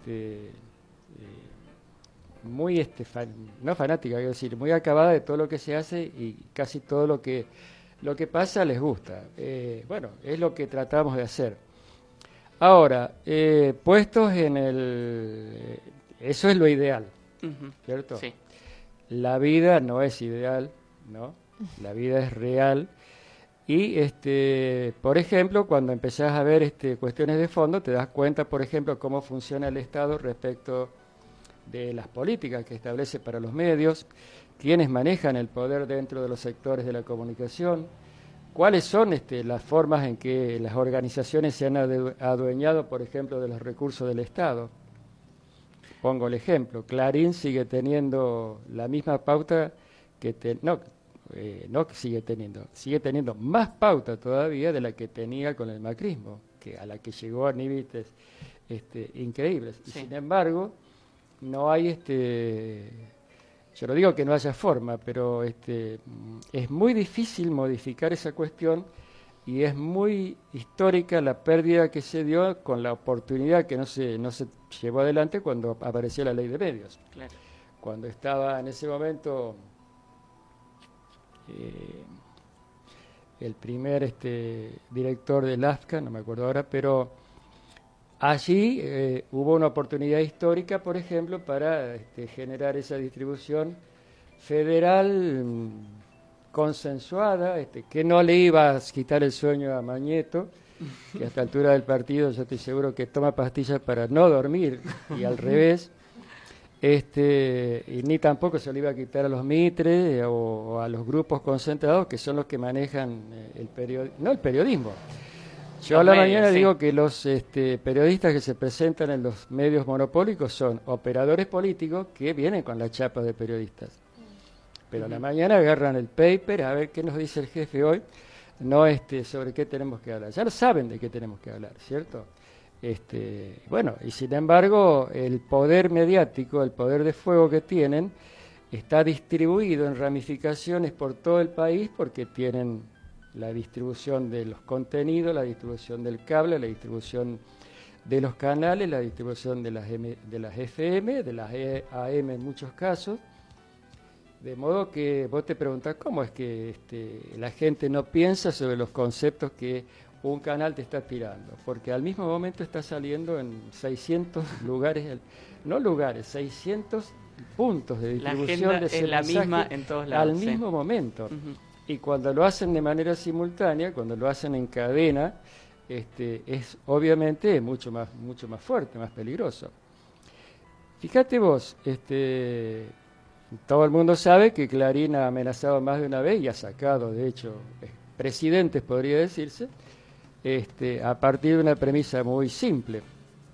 muy no fanática, quiero decir, muy acabada de todo lo que se hace y casi todo lo que pasa les gusta. Bueno, es lo que tratamos de hacer. Ahora, puestos en eso es lo ideal, ¿cierto? Sí. La vida no es ideal, ¿no? La vida es real. Y, por ejemplo, cuando empezás a ver cuestiones de fondo, te das cuenta, por ejemplo, cómo funciona el Estado respecto de las políticas que establece para los medios, quiénes manejan el poder dentro de los sectores de la comunicación, cuáles son las formas en que las organizaciones se han adueñado, por ejemplo, de los recursos del Estado. Pongo el ejemplo, Clarín sigue teniendo la misma pauta que sigue teniendo más pauta todavía de la que tenía con el macrismo, a la que llegó a niveles increíbles. Y sin embargo, no hay yo no digo que no haya forma, pero es muy difícil modificar esa cuestión y es muy histórica la pérdida que se dio con la oportunidad que no se llevó adelante cuando apareció la ley de medios. Claro. Cuando estaba en ese momento el primer director del AFCA, no me acuerdo ahora, pero allí hubo una oportunidad histórica, por ejemplo, para generar esa distribución federal consensuada, que no le iba a quitar el sueño a Mañeto, que a esta altura del partido yo estoy seguro que toma pastillas para no dormir, y al revés, y ni tampoco se le iba a quitar a los mitres o a los grupos concentrados, que son los que manejan el periodismo. Yo a la mañana digo que los periodistas que se presentan en los medios monopólicos son operadores políticos que vienen con la chapa de periodistas. Pero a la mañana agarran el paper a ver qué nos dice el jefe hoy, no sobre qué tenemos que hablar. Ya lo saben de qué tenemos que hablar, ¿cierto? Bueno, y sin embargo el poder mediático, el poder de fuego que tienen, está distribuido en ramificaciones por todo el país porque tienen la distribución de los contenidos, la distribución del cable, la distribución de los canales, la distribución de las FM, de las AM en muchos casos. De modo que vos te preguntás cómo es que la gente no piensa sobre los conceptos que un canal te está tirando, porque al mismo momento está saliendo en 600 lugares, 600 puntos de distribución de ese es la mensaje misma en todos lados, al mismo momento. Y cuando lo hacen de manera simultánea, cuando lo hacen en cadena, es obviamente mucho más fuerte, más peligroso. Fíjate vos, todo el mundo sabe que Clarín ha amenazado más de una vez y ha sacado, de hecho, presidentes, podría decirse, a partir de una premisa muy simple.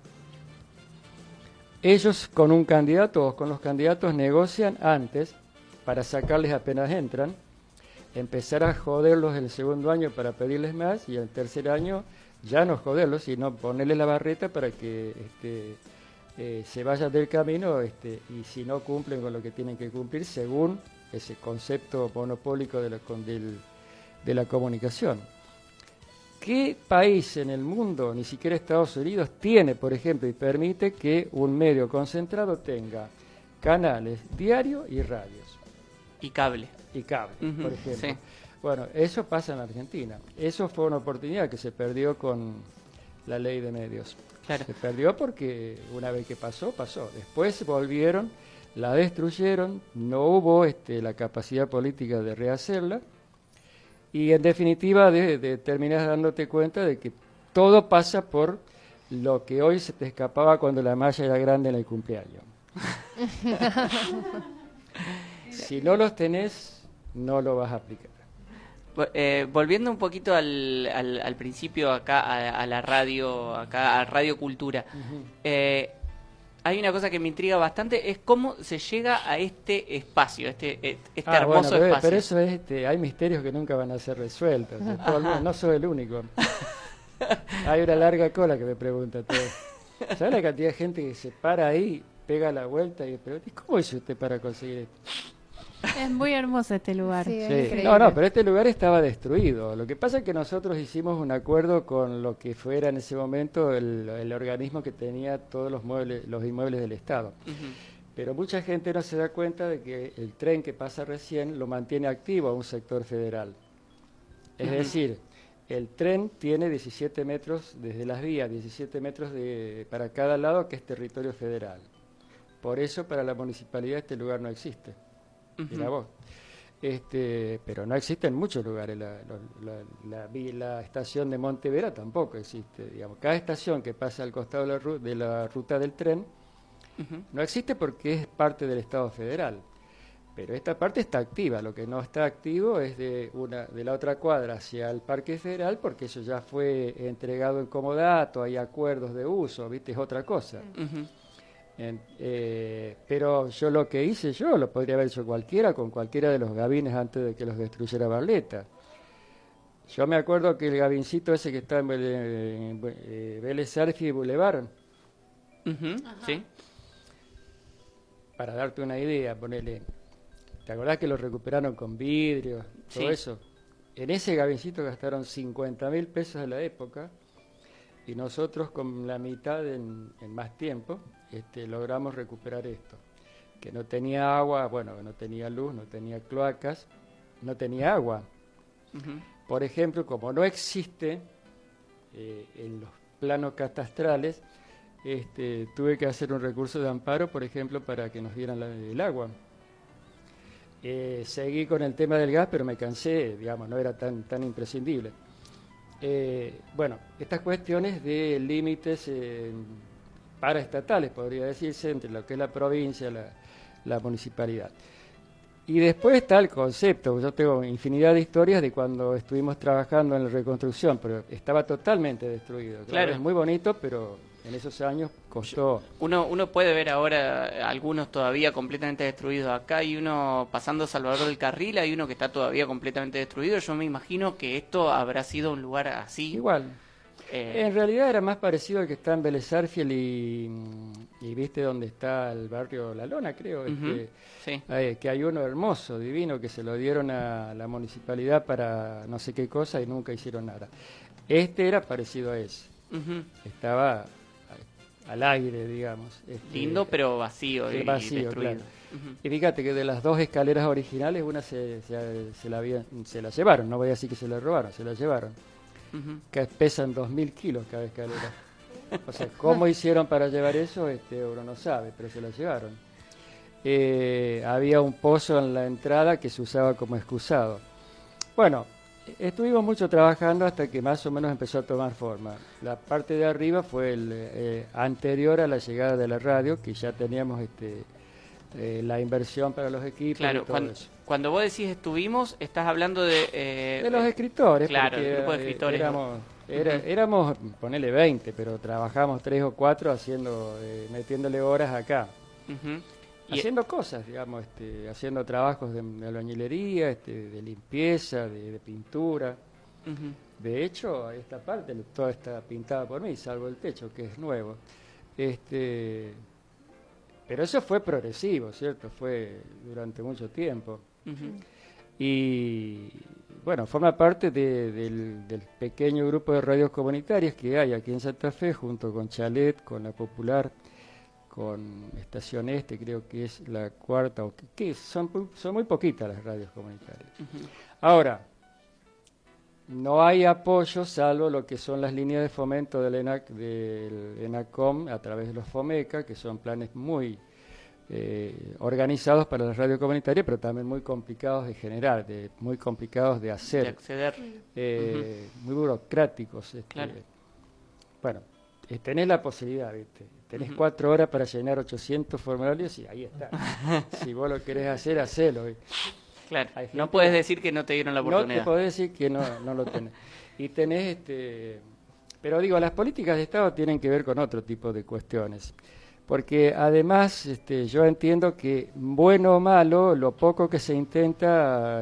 Ellos con un candidato o con los candidatos negocian antes para sacarles apenas entran, empezar a joderlos el segundo año para pedirles más y el tercer año ya no joderlos, sino ponerles la barreta para que se vayan del camino y si no cumplen con lo que tienen que cumplir según ese concepto monopólico de la comunicación. ¿Qué país en el mundo, ni siquiera Estados Unidos, tiene, por ejemplo, y permite que un medio concentrado tenga canales, diarios y radios? Y cable. Y cable, por ejemplo. Sí. Bueno, eso pasa en Argentina. Eso fue una oportunidad que se perdió con la ley de medios. Claro. Se perdió porque una vez que pasó, pasó. Después volvieron, la destruyeron, no hubo la capacidad política de rehacerla. Y en definitiva terminas dándote cuenta de que todo pasa por lo que hoy se te escapaba cuando la malla era grande en el cumpleaños. Si no los tenés, no lo vas a aplicar. Volviendo un poquito al principio acá, a la radio, acá a Radio Cultura, hay una cosa que me intriga bastante, es cómo se llega a este espacio, este hermoso espacio. Pero eso es, hay misterios que nunca van a ser resueltos. No soy el único. Hay una larga cola que me pregunta todo. ¿Sabes la cantidad de gente que se para ahí, pega la vuelta y pregunta, ¿cómo hizo usted para conseguir esto? Es muy hermoso este lugar. Sí. No, pero este lugar estaba destruido. Lo que pasa es que nosotros hicimos un acuerdo con lo que fuera en ese momento el organismo que tenía todos los inmuebles del Estado. Pero mucha gente no se da cuenta de que el tren que pasa recién lo mantiene activo a un sector federal. Es decir, el tren tiene 17 metros desde las vías, 17 metros para cada lado, que es territorio federal. Por eso para la municipalidad este lugar no existe. Mira vos. Pero no existe en muchos lugares. La estación de Montevera tampoco existe. Digamos, cada estación que pasa al costado de la ruta del tren no existe porque es parte del Estado federal. Pero esta parte está activa. Lo que no está activo es de la otra cuadra hacia el Parque Federal, porque eso ya fue entregado en comodato, hay acuerdos de uso, ¿viste? Es otra cosa. Pero yo lo que hice lo podría haber hecho cualquiera con cualquiera de los gabines antes de que los destruyera Barletta. Yo me acuerdo que el gabincito ese que está en Vélez Sarsfield y Boulevard, sí, para darte una idea, ponele, ¿te acordás que lo recuperaron con vidrio, todo Sí. eso? En ese gabincito gastaron 50.000 pesos de la época y nosotros con la mitad en más tiempo logramos recuperar esto. Que no tenía agua, bueno, no tenía luz, no tenía cloacas, no tenía agua. Ujú. Por ejemplo, como no existe en los planos catastrales, tuve que hacer un recurso de amparo, por ejemplo, para que nos dieran el agua. Seguí con el tema del gas, pero me cansé, digamos, no era tan imprescindible. Bueno, estas cuestiones de límites paraestatales, podría decirse, entre lo que es la provincia, la municipalidad. Y después está el concepto. Yo tengo infinidad de historias de cuando estuvimos trabajando en la reconstrucción, pero estaba totalmente destruido. Claro. Es muy bonito, pero en esos años costó. Uno puede ver ahora algunos todavía completamente destruidos. Acá hay uno pasando Salvador del Carril, hay uno que está todavía completamente destruido. Yo me imagino que esto habrá sido un lugar así. Igual. En realidad era más parecido al que está en Vélez Sarsfield y viste dónde está el barrio La Lona, creo, sí. Que hay uno hermoso, divino, que se lo dieron a la municipalidad para no sé qué cosa y nunca hicieron nada. Era parecido a ese. Ujú. Estaba al aire, digamos. Lindo, pero vacío y vacío, destruido. claro. Y fíjate que de las dos escaleras originales, una se la llevaron, no voy a decir que se la robaron, se la llevaron. Ujú. Que pesan 2.000 kilos cada escalera. O sea, ¿cómo hicieron para llevar eso? Uno no sabe, pero se la llevaron. Había un pozo en la entrada que se usaba como excusado. Bueno, estuvimos mucho trabajando hasta que más o menos empezó a tomar forma. La parte de arriba fue anterior a la llegada de la radio, que ya teníamos la inversión para los equipos. Claro, y todo eso. cuando vos decís estuvimos, estás hablando de los escritores. Claro, porque, el grupo de escritores. Éramos, ponele 20, pero trabajamos 3 o 4 metiéndole horas acá. Ujú. Haciendo cosas, digamos, haciendo trabajos de albañilería, de limpieza, de pintura. Ujú. De hecho, esta parte toda está pintada por mí, salvo el techo, que es nuevo. Pero eso fue progresivo, ¿cierto? Fue durante mucho tiempo. Ujú. Y bueno, forma parte del pequeño grupo de radios comunitarias que hay aquí en Santa Fe, junto con Chalet, con La Popular, con Estación Este, creo que es la cuarta, son muy poquitas las radios comunitarias. Ujú. Ahora, no hay apoyo salvo lo que son las líneas de fomento del ENACOM a través de los FOMECA, que son planes muy organizados para las radios comunitarias, pero también muy complicados de generar, muy complicados de hacer, De acceder. muy burocráticos. Claro. Bueno, tenés la posibilidad, ¿viste? Tenés 4 horas para llenar 800 formularios y ahí está. Si vos lo querés hacer, hacelo. ¿Viste? Claro, no puedes decir que no te dieron la oportunidad. No te podés decir que no lo tenés. Y tenés, pero digo, las políticas de Estado tienen que ver con otro tipo de cuestiones. Porque además yo entiendo que, bueno o malo, lo poco que se intenta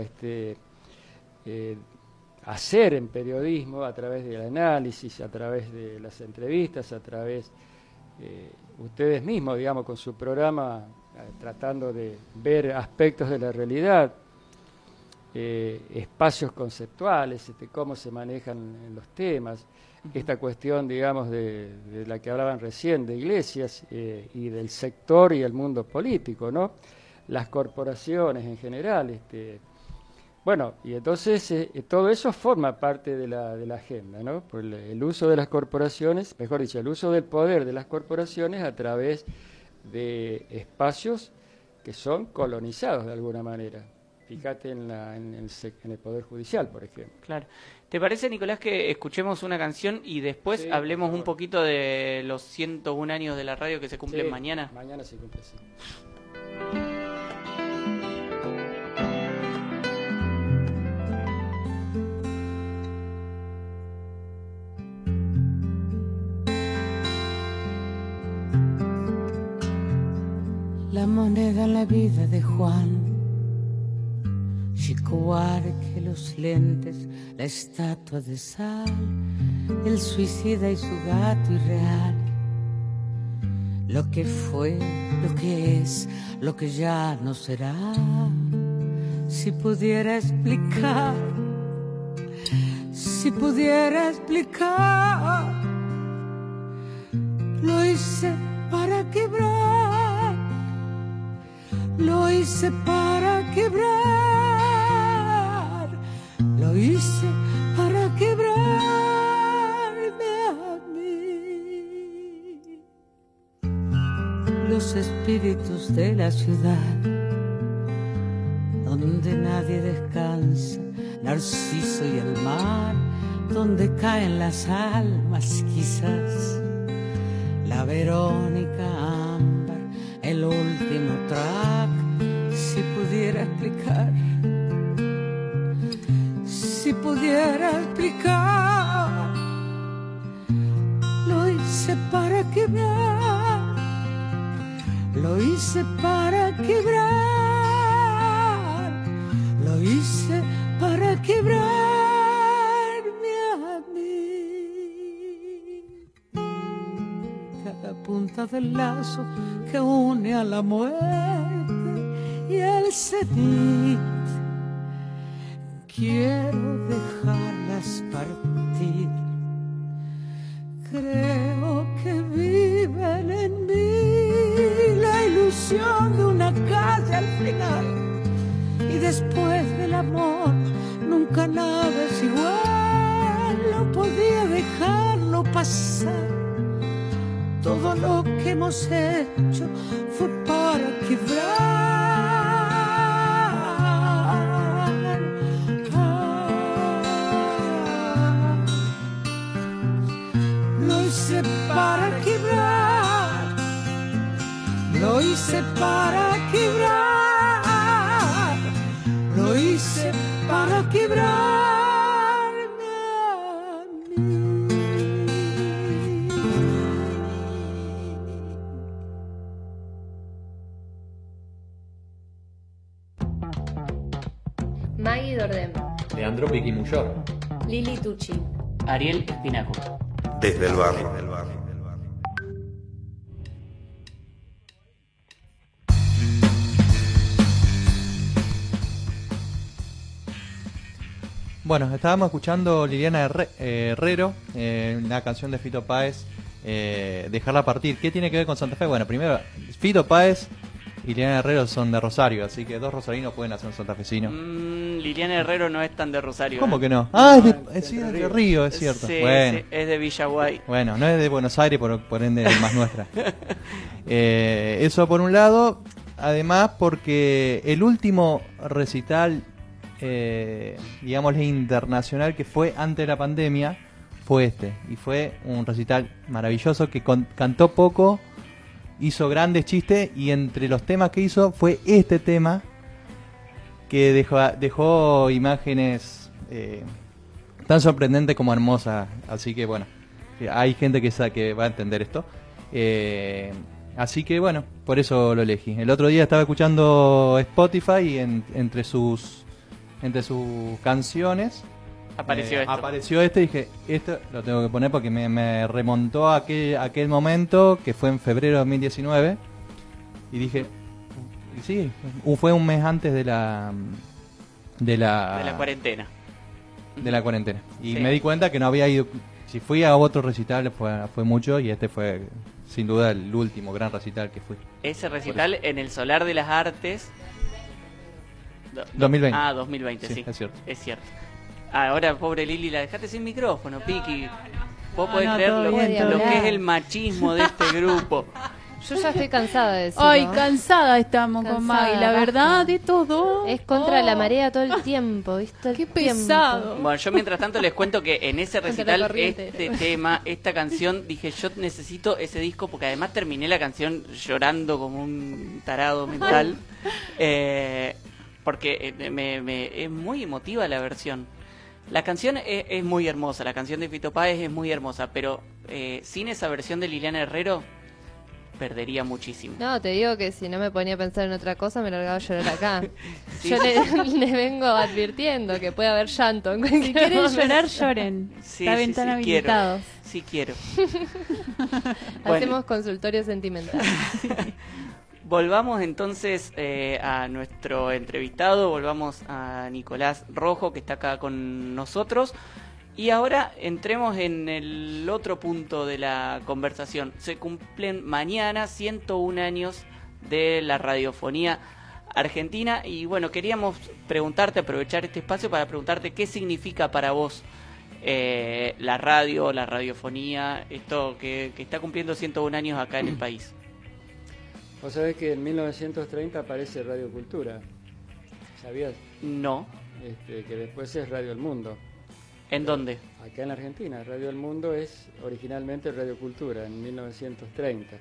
hacer en periodismo, a través del análisis, a través de las entrevistas, a través, ustedes mismos, digamos, con su programa, tratando de ver aspectos de la realidad, espacios conceptuales, cómo se manejan en los temas, esta cuestión, digamos, de la que hablaban recién, de iglesias y del sector y el mundo político, ¿no? Las corporaciones en general. Bueno, y entonces todo eso forma parte de la agenda, ¿no? Por el uso de las corporaciones, mejor dicho, el uso del poder de las corporaciones a través de espacios que son colonizados de alguna manera. Fíjate en el Poder Judicial, por ejemplo. Claro. ¿Te parece, Nicolás, que escuchemos una canción y después Sí, hablemos por un favor. poquito de los 101 años de la radio que se cumplen Sí, mañana? Mañana se cumple, sí. La moneda en la vida de Juan, Chico Buarque, los lentes, la estatua de sal, el suicida y su gato irreal, lo que fue lo que es, lo que ya no será. Si pudiera explicar, si pudiera explicar, lo hice para quebrar, lo hice para quebrar, lo hice para quebrarme a mí. Los espíritus de la ciudad, donde nadie descansa, Narciso y el mar, donde caen las almas quizás, la Verónica ámbar, el último track. Si pudiera explicar, si pudiera explicar, lo hice para quebrar, lo hice para quebrar, lo hice para quebrarme a mí. Cada punta del lazo que une a la muerte y el cenit, quiero dejarlas partir. Creo que viven en mí la ilusión de una calle al final, y después del amor nunca nada es igual. No podía dejarlo pasar. Todo lo que hemos hecho fue para quebrar. Lo hice para quebrar, lo hice para quebrar, lo hice para quebrar. Maggie Dordem, Leandro Piquimuyor, Lili Tucci, Ariel Espinaco. Desde el barrio. Bueno, estábamos escuchando Liliana Herrero, la canción de Fito Páez, Dejarla Partir. ¿Qué tiene que ver con Santa Fe? Bueno, primero, Fito Páez y Liliana Herrero son de Rosario, así que dos rosarinos pueden hacer un santafesino. Liliana Herrero no es tan de Rosario. ¿Cómo ¿eh? que no? Es de Río, es cierto. Sí, bueno. sí, es de Villaguay. Bueno, no es de Buenos Aires, por ende es más nuestra. Eso por un lado. Además, porque el último recital, digámosle internacional, que fue antes de la pandemia, fue este. Y fue un recital maravilloso que cantó poco, hizo grandes chistes, y entre los temas que hizo fue este tema que dejó imágenes tan sorprendentes como hermosas. Así que bueno, hay gente que va a entender esto. Así que bueno, por eso lo elegí. El otro día estaba escuchando Spotify y entre sus canciones apareció este, y dije, esto lo tengo que poner porque me remontó a aquel momento que fue en febrero de 2019, y dije, sí, fue un mes antes de la cuarentena. De la cuarentena. Y Sí. me di cuenta que no había ido. Si fui a otro recital fue mucho, y este fue sin duda el último gran recital que fui. Ese recital en el Solar de las Artes. 2020. 2020, sí. Es cierto. Es cierto. Ahora, pobre Lili, la dejaste sin micrófono, Piqui. Vos podés no, creer todo lo bien. que es el machismo de este grupo. Yo ya estoy cansada de decirlo. Ay, cansada estamos con Cansada, Maggie, la basta. verdad, de todo. Es contra la marea todo el tiempo, ¿viste? Qué pesado. Bueno, yo mientras tanto les cuento que en ese Contra la recital, corriente. este tema, esta canción, dije, yo necesito ese disco, porque además terminé la canción llorando como un tarado mental, porque es muy emotiva la versión. La canción es muy hermosa, la canción de Fito Páez es muy hermosa, pero sin esa versión de Liliana Herrero perdería muchísimo. No, te digo que si no me ponía a pensar en otra cosa, me largaba a llorar acá. Sí, Yo sí. le vengo advirtiendo que puede haber llanto en cualquier Si quieren momento. llorar, lloren. Sí, Está sí, bien, sí, habilitados. Sí quiero. Hacemos consultorio sentimental. Volvamos entonces a nuestro entrevistado, volvamos a Nicolás Rojo, que está acá con nosotros. Y ahora entremos en el otro punto de la conversación. Se cumplen mañana 101 años de la radiofonía argentina. Y bueno, queríamos preguntarte, aprovechar este espacio para preguntarte qué significa para vos la radio, la radiofonía, esto que está cumpliendo 101 años acá en el país. Vos sabés que en 1930 aparece Radio Cultura. ¿Sabías? No. Que después es Radio El Mundo. ¿En dónde? Acá en la Argentina. Radio El Mundo es originalmente Radio Cultura, en 1930.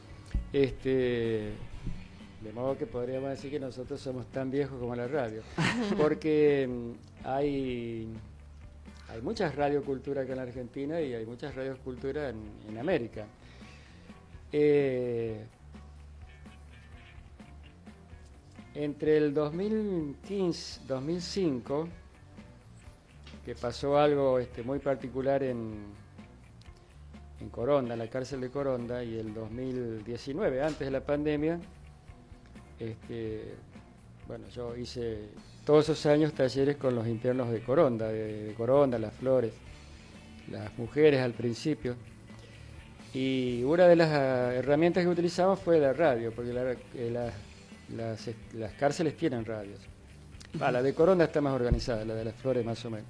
De modo que podríamos decir que nosotros somos tan viejos como la radio. Porque hay muchas radioculturas acá en la Argentina y hay muchas radioculturas en América. Entre el 2015-2005, que pasó algo muy particular en Coronda, en la cárcel de Coronda, y el 2019, antes de la pandemia, bueno, yo hice todos esos años talleres con los internos de Coronda, de Coronda, Las Flores, las mujeres al principio, y una de las herramientas que utilizamos fue la radio, porque las cárceles tienen radios. La de Coronda está más organizada, la de Las Flores más o menos.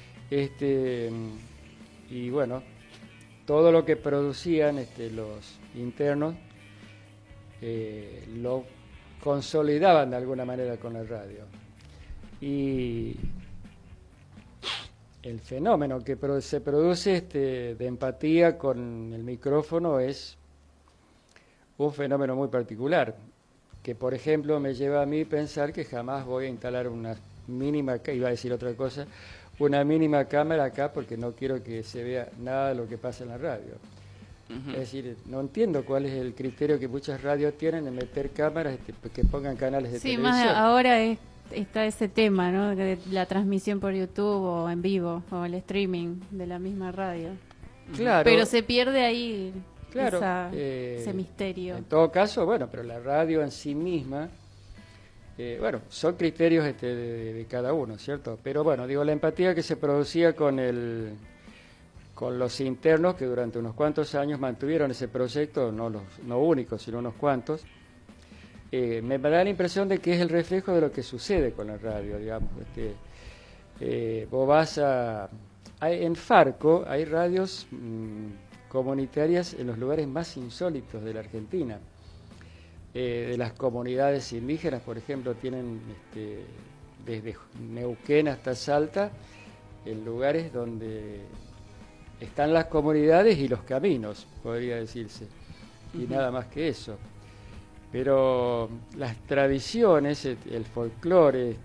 Y bueno, todo lo que producían los internos lo consolidaban de alguna manera con la radio. Y el fenómeno que se produce de empatía con el micrófono es un fenómeno muy particular, que por ejemplo me lleva a mí pensar que jamás voy a instalar una mínima, iba a decir otra cosa, una mínima cámara acá porque no quiero que se vea nada de lo que pasa en la radio. Uh-huh. Es decir, no entiendo cuál es el criterio que muchas radios tienen en meter cámaras que pongan canales de televisión. Sí, más ahora está ese tema, ¿no? De la transmisión por YouTube o en vivo o el streaming de la misma radio. Claro. Pero se pierde ahí. Claro, ese misterio. En todo caso, bueno, pero la radio en sí misma, bueno, son criterios de cada uno, ¿cierto? Pero bueno, digo, la empatía que se producía con los internos que durante unos cuantos años mantuvieron ese proyecto, no únicos, sino unos cuantos, me da la impresión de que es el reflejo de lo que sucede con la radio, digamos. Vos vas en Farco hay radios comunitarias en los lugares más insólitos de la Argentina. De las comunidades indígenas, por ejemplo, tienen desde Neuquén hasta Salta, en lugares donde están las comunidades y los caminos, podría decirse, y nada más que eso. Pero las tradiciones, el folclore,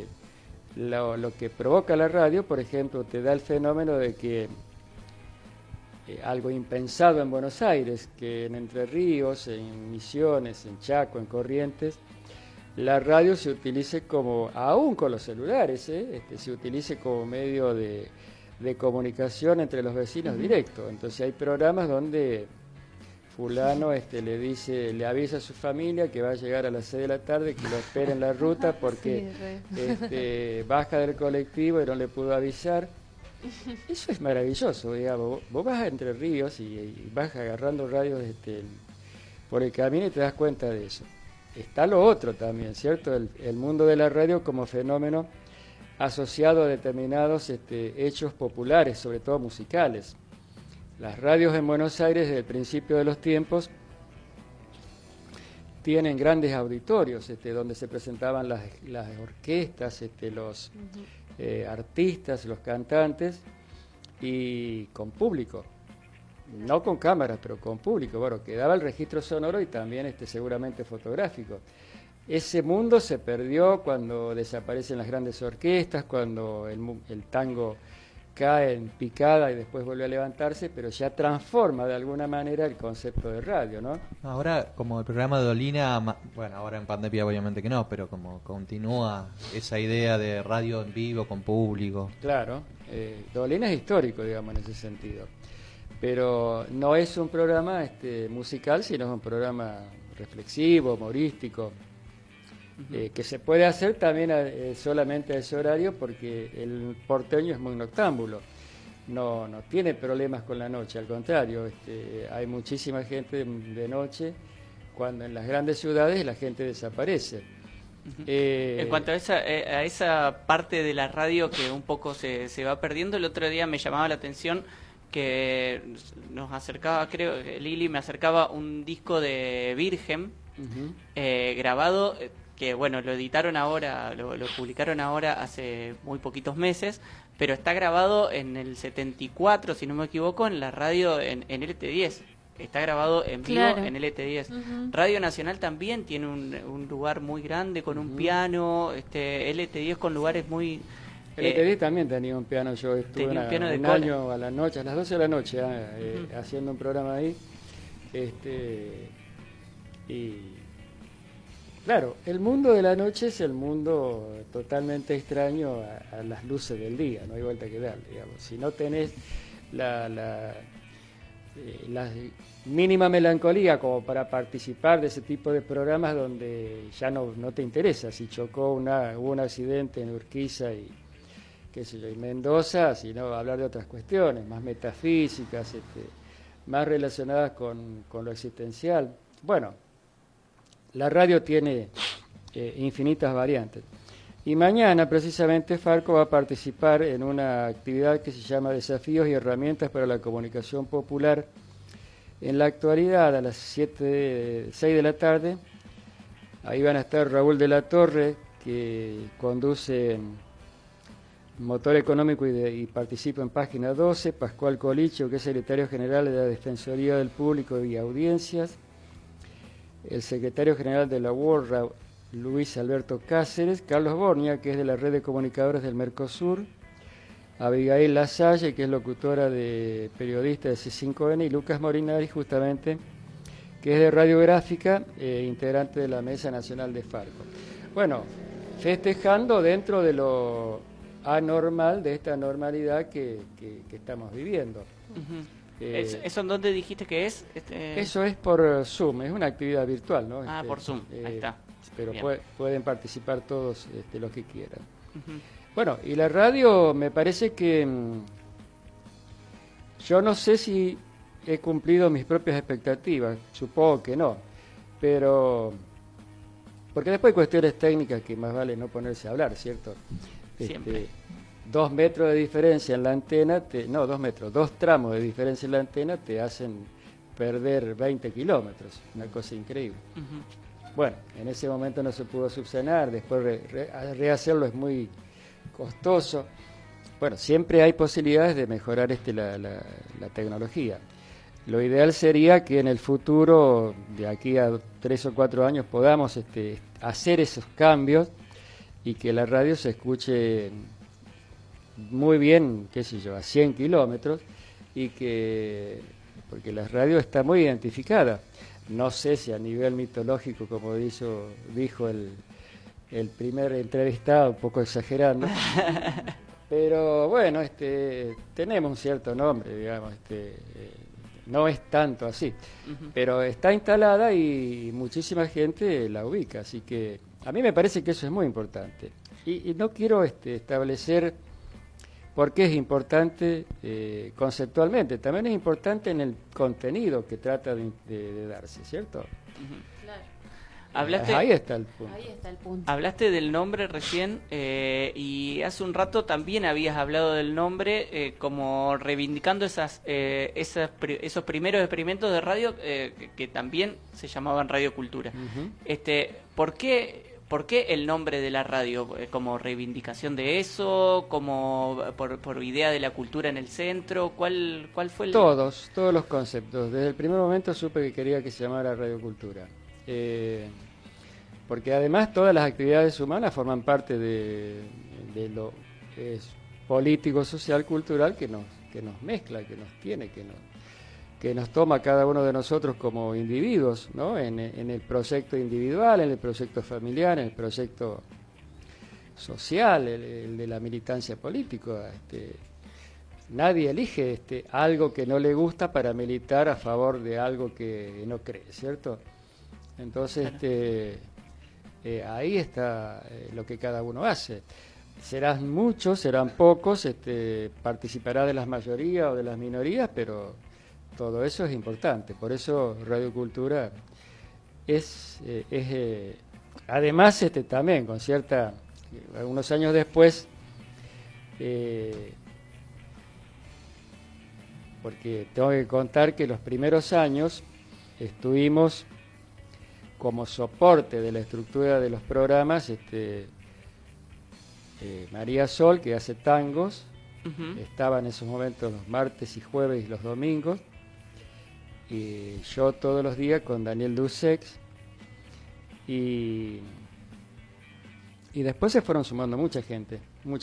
lo que provoca la radio, por ejemplo, te da el fenómeno de que algo impensado en Buenos Aires, que en Entre Ríos, en Misiones, en Chaco, en Corrientes, la radio se utilice como, aún con los celulares, se utilice como medio de comunicación entre los vecinos directo. Entonces hay programas donde fulano le avisa a su familia que va a llegar a las 6 de la tarde, que lo espere en la ruta porque baja del colectivo y no le pudo avisar. Eso es maravilloso, digamos. Vos vas a Entre Ríos y vas agarrando radios por el camino y te das cuenta de eso. Está lo otro también, ¿cierto? El mundo de la radio como fenómeno asociado a determinados hechos populares, sobre todo musicales. Las radios en Buenos Aires desde el principio de los tiempos tienen grandes auditorios donde se presentaban las orquestas, los artistas, los cantantes, y con público, no con cámaras, pero con público. Bueno, quedaba el registro sonoro y también seguramente fotográfico. Ese mundo se perdió cuando desaparecen las grandes orquestas, cuando el tango cae en picada y después vuelve a levantarse, pero ya transforma de alguna manera el concepto de radio, ¿no? Ahora, como el programa de Dolina, bueno, ahora en pandemia obviamente que no, pero como continúa esa idea de radio en vivo con público. Claro, Dolina es histórico, digamos, en ese sentido, pero no es un programa musical, sino es un programa reflexivo, humorístico, que se puede hacer también solamente a ese horario porque el porteño es muy noctámbulo. No tiene problemas con la noche, al contrario, hay muchísima gente de noche, cuando en las grandes ciudades la gente desaparece. En cuanto a esa parte de la radio que un poco se va perdiendo, el otro día me llamaba la atención que nos acercaba, creo, Lili me acercaba un disco de Virgen grabado, que bueno, lo editaron ahora, lo publicaron ahora hace muy poquitos meses, pero está grabado en el 74, si no me equivoco, en la radio en LT10. Está grabado en vivo en LT10. Radio Nacional también tiene un lugar muy grande con un piano, LT10 con lugares muy... LT10 también tenía un piano, yo estuve un año a la noche, a las 12 de la noche, haciendo un programa ahí. Y claro, el mundo de la noche es el mundo totalmente extraño a las luces del día, no hay vuelta que dar, digamos. Si no tenés la mínima melancolía como para participar de ese tipo de programas donde ya no te interesa si hubo un accidente en Urquiza y qué sé yo, y Mendoza, sino hablar de otras cuestiones más metafísicas, más relacionadas con lo existencial. Bueno, la radio tiene infinitas variantes. Y mañana, precisamente, Falco va a participar en una actividad que se llama Desafíos y Herramientas para la Comunicación Popular. En la actualidad, a las 6 de la tarde, ahí van a estar Raúl de la Torre, que conduce Motor Económico y participa en Página 12, Pascual Colicho, que es secretario general de la Defensoría del Público y Audiencias, el secretario general de la WORRA, Luis Alberto Cáceres, Carlos Bornia, que es de la Red de Comunicadores del Mercosur, Abigail Lasalle, que es locutora de periodista de C5N, y Lucas Morinari, justamente, que es de Radiográfica, integrante de la Mesa Nacional de Falco. Bueno, festejando dentro de lo anormal, de esta normalidad que estamos viviendo. ¿Eso en dónde dijiste que es? Eso es por Zoom, es una actividad virtual, ¿no? Por Zoom, ahí está. Pero pueden participar todos los que quieran. Bueno, y la radio me parece que yo no sé si he cumplido mis propias expectativas, supongo que no, pero porque después hay cuestiones técnicas que más vale no ponerse a hablar, ¿cierto? Siempre. 2 metros de diferencia en la antena, 2 tramos de diferencia en la antena te hacen perder 20 kilómetros, una cosa increíble. Bueno, en ese momento no se pudo subsanar, después rehacerlo es muy costoso. Bueno, siempre hay posibilidades de mejorar la tecnología. Lo ideal sería que en el futuro, de aquí a 3 o 4 años, podamos hacer esos cambios y que la radio se escuche muy bien, qué sé yo, a 100 kilómetros, porque la radio está muy identificada. No sé si a nivel mitológico, como dijo el primer entrevistado, un poco exagerando, pero bueno, tenemos un cierto nombre, digamos, no es tanto así, pero está instalada y muchísima gente la ubica, así que a mí me parece que eso es muy importante. Y no quiero establecer por qué es importante conceptualmente, también es importante en el contenido que trata de darse, ¿cierto? Ahí está el punto. Hablaste del nombre recién y hace un rato también habías hablado del nombre como reivindicando esos primeros experimentos de radio que también se llamaban Radiocultura. ¿Por qué el nombre de la radio? ¿Como reivindicación de eso? ¿Como por idea de la cultura en el centro? ¿Cuál fue el...? Todos los conceptos. Desde el primer momento supe que quería que se llamara Radiocultura. Porque además todas las actividades humanas forman parte de lo político, social, cultural que nos mezcla, que nos tiene, que nos toma cada uno de nosotros como individuos, ¿no? En el proyecto individual, en el proyecto familiar, en el proyecto social, el de la militancia política. Nadie elige algo que no le gusta para militar a favor de algo que no cree, ¿cierto? Entonces, ahí está lo que cada uno hace. Serán muchos, serán pocos, participará de las mayorías o de las minorías, pero todo eso es importante. Por eso Radio Cultura es además también con cierta, algunos años después, porque tengo que contar que los primeros años estuvimos como soporte de la estructura de los programas, María Sol, que hace tangos, estaba en esos momentos los martes y jueves y los domingos, y yo todos los días con Daniel Dusex, y después se fueron sumando mucha gente,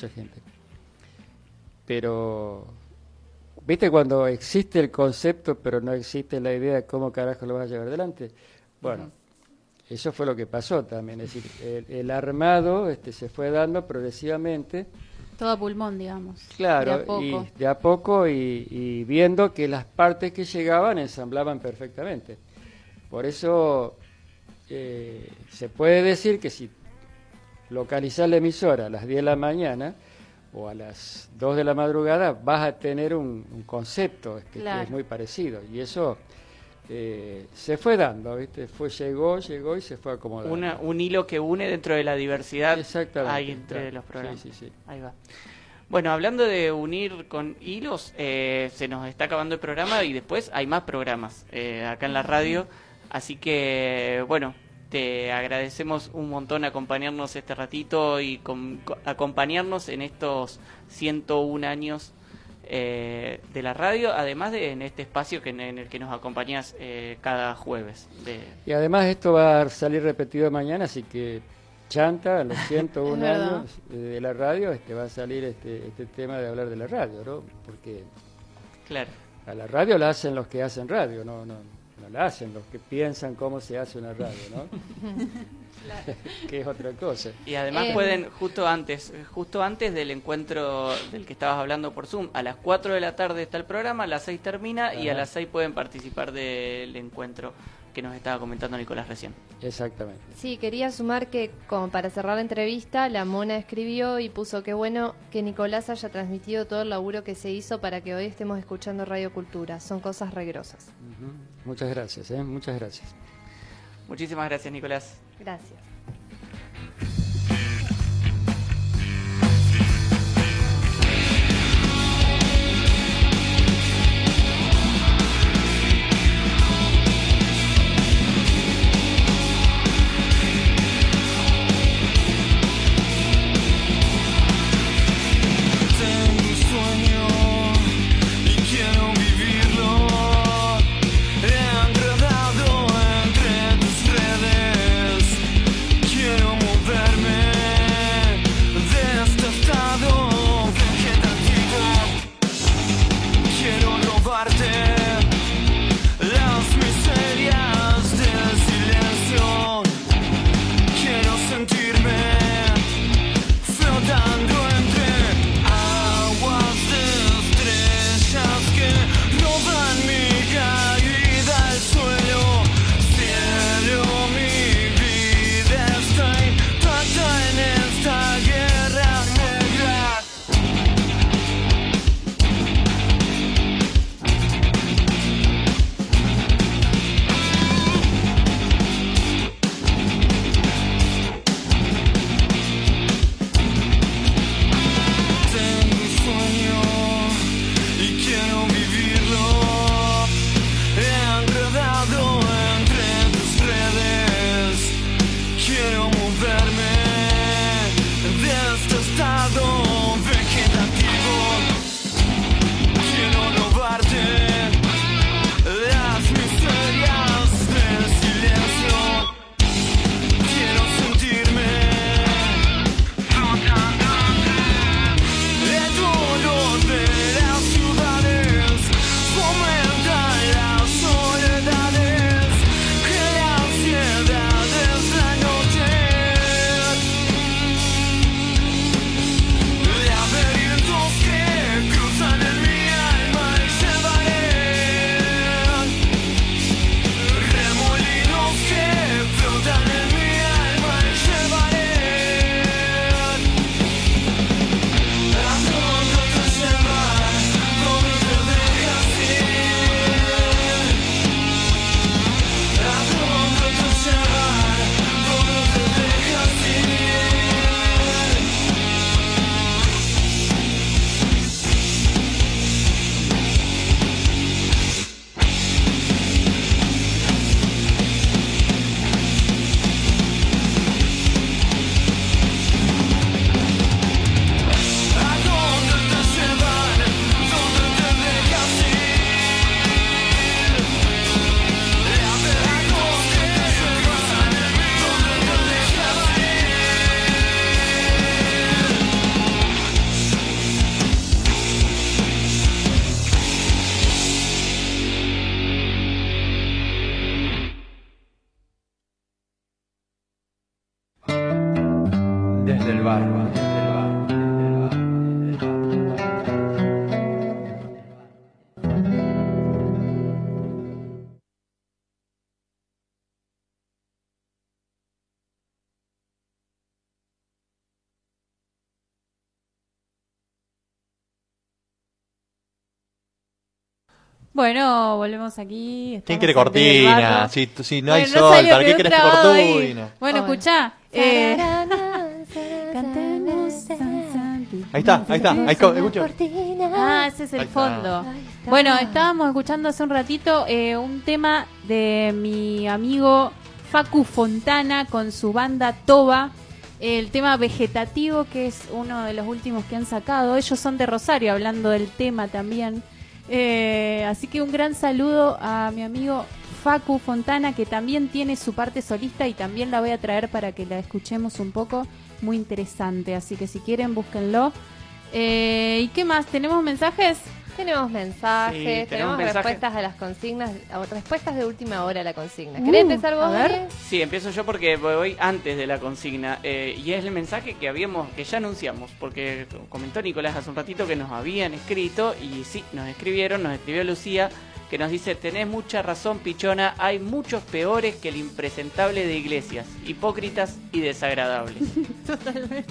pero ¿viste cuando existe el concepto pero no existe la idea de cómo carajo lo vas a llevar adelante? Bueno, eso fue lo que pasó también, es decir, el armado se fue dando progresivamente. Todo a pulmón, digamos. Claro, de a poco y viendo que las partes que llegaban ensamblaban perfectamente. Por eso se puede decir que si localizás la emisora a las 10 de la mañana o a las 2 de la madrugada, vas a tener un concepto que es muy parecido. Y eso se fue dando, ¿viste? Llegó y se fue acomodando. Un hilo que une dentro de la diversidad hay entre los programas. Sí. Ahí va. Bueno, hablando de unir con hilos, se nos está acabando el programa y después hay más programas acá en la radio. Así que, bueno, te agradecemos un montón acompañarnos este ratito y acompañarnos en estos 101 años de la radio, además de en este espacio en el que nos acompañás cada jueves. Y además esto va a salir repetido mañana, así que chanta, a los 101 años de la radio, va a salir este tema de hablar de la radio, ¿no? Porque claro, a la radio la hacen los que hacen radio, no la hacen los que piensan cómo se hace una radio, ¿no? Que es otra cosa. Y además pueden, justo antes del encuentro del que estabas hablando por Zoom, a las 4 de la tarde está el programa, a las 6 termina y a las 6 pueden participar del encuentro que nos estaba comentando Nicolás recién. Exactamente. Sí, quería sumar que, como para cerrar la entrevista, la Mona escribió y puso que bueno que Nicolás haya transmitido todo el laburo que se hizo para que hoy estemos escuchando Radio Cultura. Son cosas regrosas. Muchas gracias, muchas gracias. Muchísimas gracias, Nicolás. Gracias. Bueno, volvemos aquí. ¿Quién estamos quiere en Desde el cortina? Barro. Si no hay Bueno, sol, salió, ¿para qué quedó querés trabado ahí. cortina? Bueno, escuchá. Cantemos. Ahí está. Escucha. Ah, ese es el Ahí está. fondo. Bueno, estábamos escuchando hace un ratito un tema de mi amigo Facu Fontana con su banda Toba. El tema Vegetativo, que es uno de los últimos que han sacado. Ellos son de Rosario, hablando del tema también. Así que un gran saludo a mi amigo Facu Fontana, que también tiene su parte solista y también la voy a traer para que la escuchemos un poco. Muy interesante, así que si quieren, búsquenlo. ¿Y qué más? ¿Tenemos mensajes? Tenemos mensajes, Sí, tenemos tenemos mensajes. respuestas a las consignas, respuestas de última hora a la consigna. ¿Querés empezar vos, a ver. Daniel? Sí, empiezo yo porque voy antes de la consigna y es el mensaje que ya anunciamos, porque comentó Nicolás hace un ratito que nos habían escrito y sí, nos escribió Lucía, que nos dice: tenés mucha razón, Pichona, hay muchos peores que el impresentable de Iglesias, hipócritas y desagradables. Totalmente.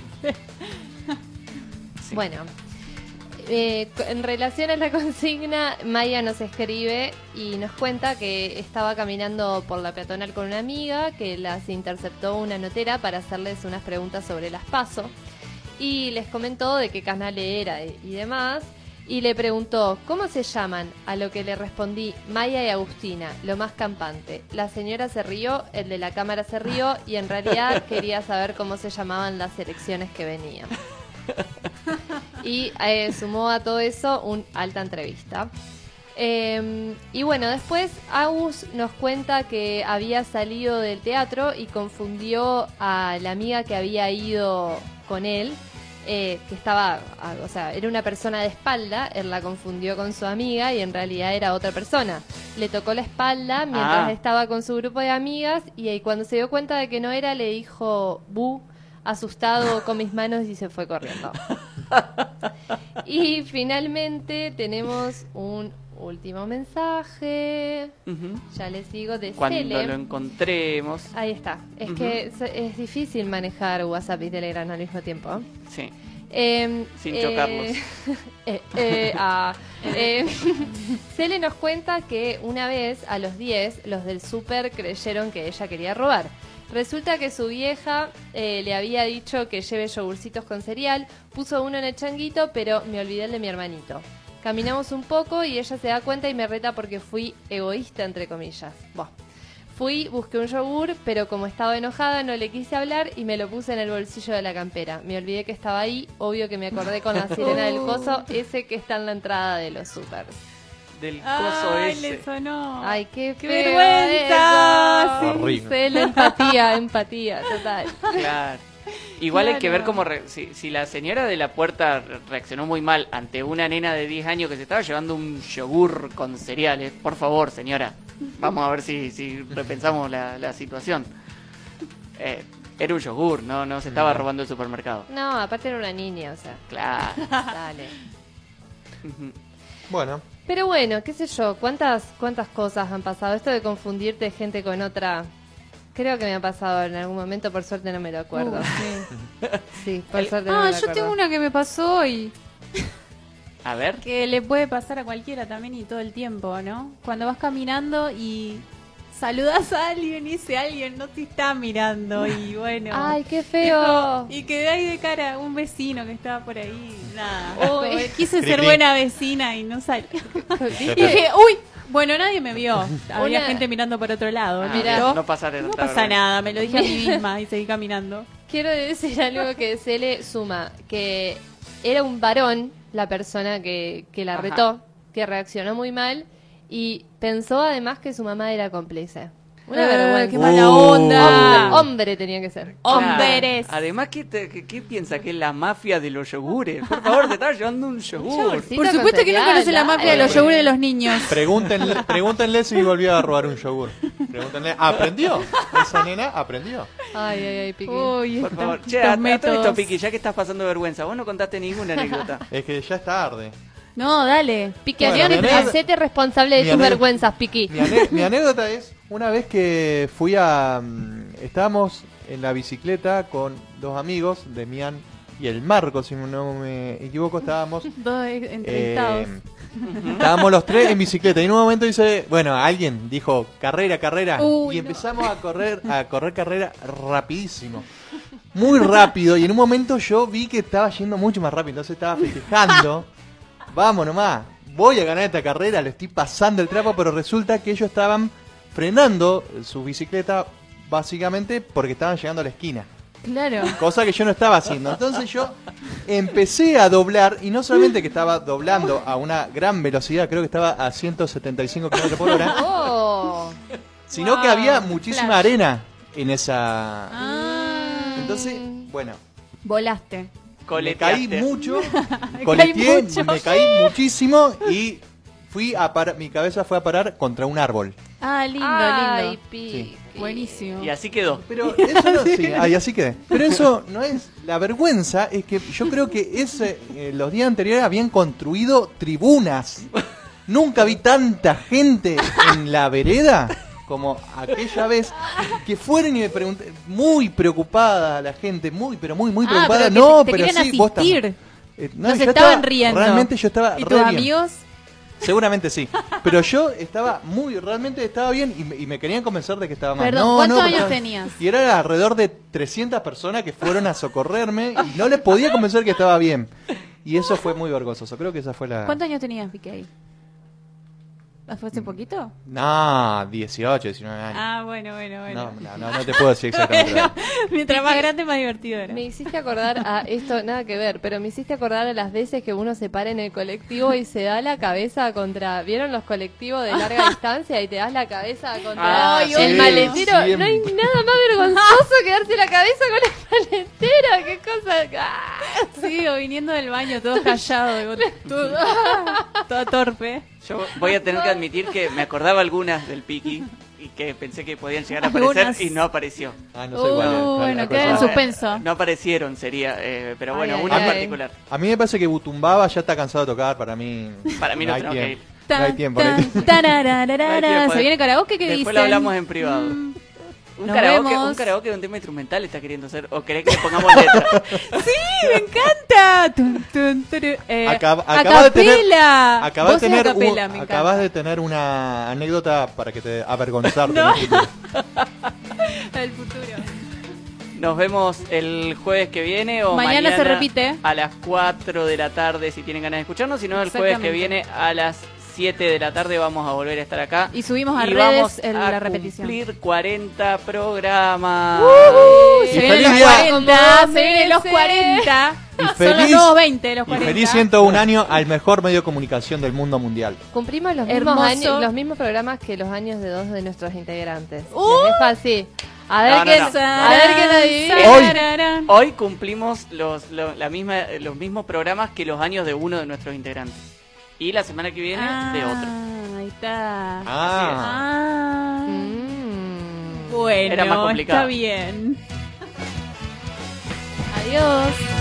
Sí. Bueno, en relación a la consigna, Maya nos escribe y nos cuenta que estaba caminando por la peatonal con una amiga, que las interceptó una notera para hacerles unas preguntas sobre las PASO y les comentó de qué canal era y demás. Y le preguntó, ¿cómo se llaman? A lo que le respondí, Maya y Agustina, lo más campante. La señora se rió, el de la cámara se rió y en realidad quería saber cómo se llamaban las elecciones que venían. Y sumó a todo eso un alta entrevista. Y bueno, después Agus nos cuenta que había salido del teatro y confundió a la amiga que había ido con él. Que estaba, o sea, era una persona de espalda, él la confundió con su amiga y en realidad era otra persona. Le tocó la espalda mientras estaba con su grupo de amigas y ahí cuando se dio cuenta de que no era, le dijo bu, asustado con mis manos y se fue corriendo. Y finalmente tenemos un último mensaje. Ya les digo, de Cuando Cele. lo encontremos. Ahí está. Es que es difícil manejar WhatsApp y Telegram al mismo tiempo. Sí. Sin chocarlos. Cele nos cuenta que una vez a los 10 los del súper creyeron que ella quería robar. Resulta que su vieja le había dicho que lleve yogurcitos con cereal, puso uno en el changuito, pero me olvidé el de mi hermanito. Caminamos un poco y ella se da cuenta y me reta porque fui egoísta, entre comillas. Fui, busqué un yogur, pero como estaba enojada no le quise hablar y me lo puse en el bolsillo de la campera. Me olvidé que estaba ahí, obvio que me acordé con la sirena del coso, ese que está en la entrada de los supers. Del coso Ay, ese. le sonó. Ay, qué ¡Qué feo vergüenza! eso. Horrible. Cele, empatía, total. Claro. Igual hay que ver Claro. cómo si la señora de la puerta reaccionó muy mal ante una nena de 10 años que se estaba llevando un yogur con cereales. Por favor, señora, vamos a ver si repensamos la situación. Era un yogur, no se estaba robando el supermercado. No, aparte era una niña, o sea. Claro. Dale. Bueno, Pero bueno, qué sé yo, cuántas cosas han pasado. Esto de confundirte gente con otra, creo que me ha pasado en algún momento, por suerte no me lo acuerdo. Sí, por suerte no me lo yo acuerdo. tengo una que me pasó hoy. A ver. Que le puede pasar a cualquiera también y todo el tiempo, ¿no? Cuando vas caminando y saludas a alguien y ese alguien no te está mirando y bueno. Ay, qué feo. Y quedé ahí de cara a un vecino que estaba por ahí. Nada. Uy. Quise Cri, ser cri. buena vecina y no salí. Y Te- dije, uy, bueno, nadie me vio. Había Una- gente mirando por otro lado. Mirá. ¿no? No pasa No pasa nada, me lo dije a mí misma y seguí caminando. Quiero decir algo que se le suma, que era un varón la persona que la Ajá. retó, que reaccionó muy mal y pensó además que su mamá era cómplice. Una vergüenza. ¡Qué mala onda! Hombre tenía que ser. Hombres. Además, ¿qué piensa? Que es la mafia de los yogures. Por favor, te estás llevando un yogur. Yogurcito Por con supuesto que no cereal, conoce la mafia de dale. los yogures de los niños. pregúntenle si volvió a robar un yogur. Pregúntenle, ¿aprendió? ¿Esa nena aprendió? Ay, Piqui. Uy, Por favor. estos Che, a todo métodos. esto, Piqui, ya que estás pasando vergüenza, vos no contaste ninguna anécdota. Es que ya es tarde. No, dale. Piqui, Bueno, mi anécdota- hacete responsable de mi tus ane- vergüenzas, Piqui. Mi anécdota es una vez que fui a... estábamos en la bicicleta con dos amigos, Demián y el Marco, si no me equivoco, estábamos... Dos entrevistados. Estábamos los tres en bicicleta y en un momento dice, bueno, alguien dijo carrera y empezamos a correr carrera rapidísimo, muy rápido, y en un momento yo vi que estaba yendo mucho más rápido, entonces estaba festejando, vamos nomás, voy a ganar esta carrera, le estoy pasando el trapo, pero resulta que ellos estaban frenando su bicicleta básicamente porque estaban llegando a la esquina. Claro. Cosa que yo no estaba haciendo. Entonces yo empecé a doblar, y no solamente que estaba doblando a una gran velocidad, creo que estaba a 175 km por hora, sino que había muchísima arena en esa... Entonces, bueno, Volaste. me caí mucho, Me coleteé, caí mucho. me caí muchísimo y mi cabeza fue a parar contra un árbol. Ah, lindo, Ay, lindo. Sí. Buenísimo. Y así quedó. Pero eso no, sí, y así quedé. Pero eso no es. La vergüenza es que yo creo que los días anteriores habían construido tribunas. Nunca vi tanta gente en la vereda como aquella vez que fueron y me pregunté, muy preocupada la gente, muy preocupada. Pero no, te pero querían sí, vos asistir. no, se yo estaban riendo. Realmente yo estaba ¿Y re tus bien. amigos? Seguramente sí. Pero yo realmente estaba bien y me querían convencer de que estaba mal. Perdón, No, ¿cuántos no, años porque- tenías? Y era alrededor de 300 personas que fueron a socorrerme y no les podía convencer que estaba bien. Y eso fue muy vergonzoso. Creo que esa fue la... ¿Cuántos años tenías, PK? ¿Fue hace poquito? No, 18, 19 años. Ah, bueno. No te puedo decir exactamente. Bueno, mientras más grande, más divertido era. Me hiciste acordar a esto, nada que ver, pero me hiciste acordar a las veces que uno se para en el colectivo y se da la cabeza contra... ¿Vieron los colectivos de larga distancia y te das la cabeza contra Ah, sí, el maletero? siempre. No hay nada más vergonzoso que darse la cabeza con el maletero. ¿Qué cosa? ¡Ah! Sí, o viniendo del baño, todo callado, todo torpe. Yo voy a tener que admitir que me acordaba algunas del Piki y que pensé que podían llegar a aparecer Algunas. y no apareció. Ah, no sé cuál es. Bueno, queda en suspenso. No aparecieron, sería, pero bueno, Ay, una ay, en ay. particular. A mí me parece que Butumbaba ya está cansado de tocar. Para mí No hay tengo que ir. tiempo. No hay tiempo. Tarararara. ¿Se viene karaoke? ¿Qué Después dicen? lo hablamos en privado. Un Nos karaoke, vemos. un karaoke de un tema instrumental está queriendo hacer. ¿O querés que le pongamos letra? ¡Sí, me encanta! Acabas de tener, Vos sos acapela, me encanta. acabas de tener una anécdota para que te avergonzarte. No. en el futuro. El futuro. Nos vemos el jueves que viene o Mañana se repite. a las 4 de la tarde si tienen ganas de escucharnos, si no el jueves que Exactamente. viene a las 7 de la tarde vamos a volver a estar acá. Y subimos a y redes vamos la a repetición. cumplir 40 programas. Se vienen feliz los día. 40, se vienen los 40. Y Son feliz- los nuevos 20, los Y 40. feliz 101 años al mejor medio de comunicación del mundo mundial. Cumplimos los Hermoso. los mismos programas que los años de 2 de nuestros integrantes. ¡Uh! Les dejo así. A ver No, no, quién, no. a ver quién adivina. Sararán. Hoy cumplimos los mismos programas que los años de uno de nuestros integrantes. Y la semana que viene de otro. Ahí está. Ah. Bueno, Era más complicado. está bien. Adiós.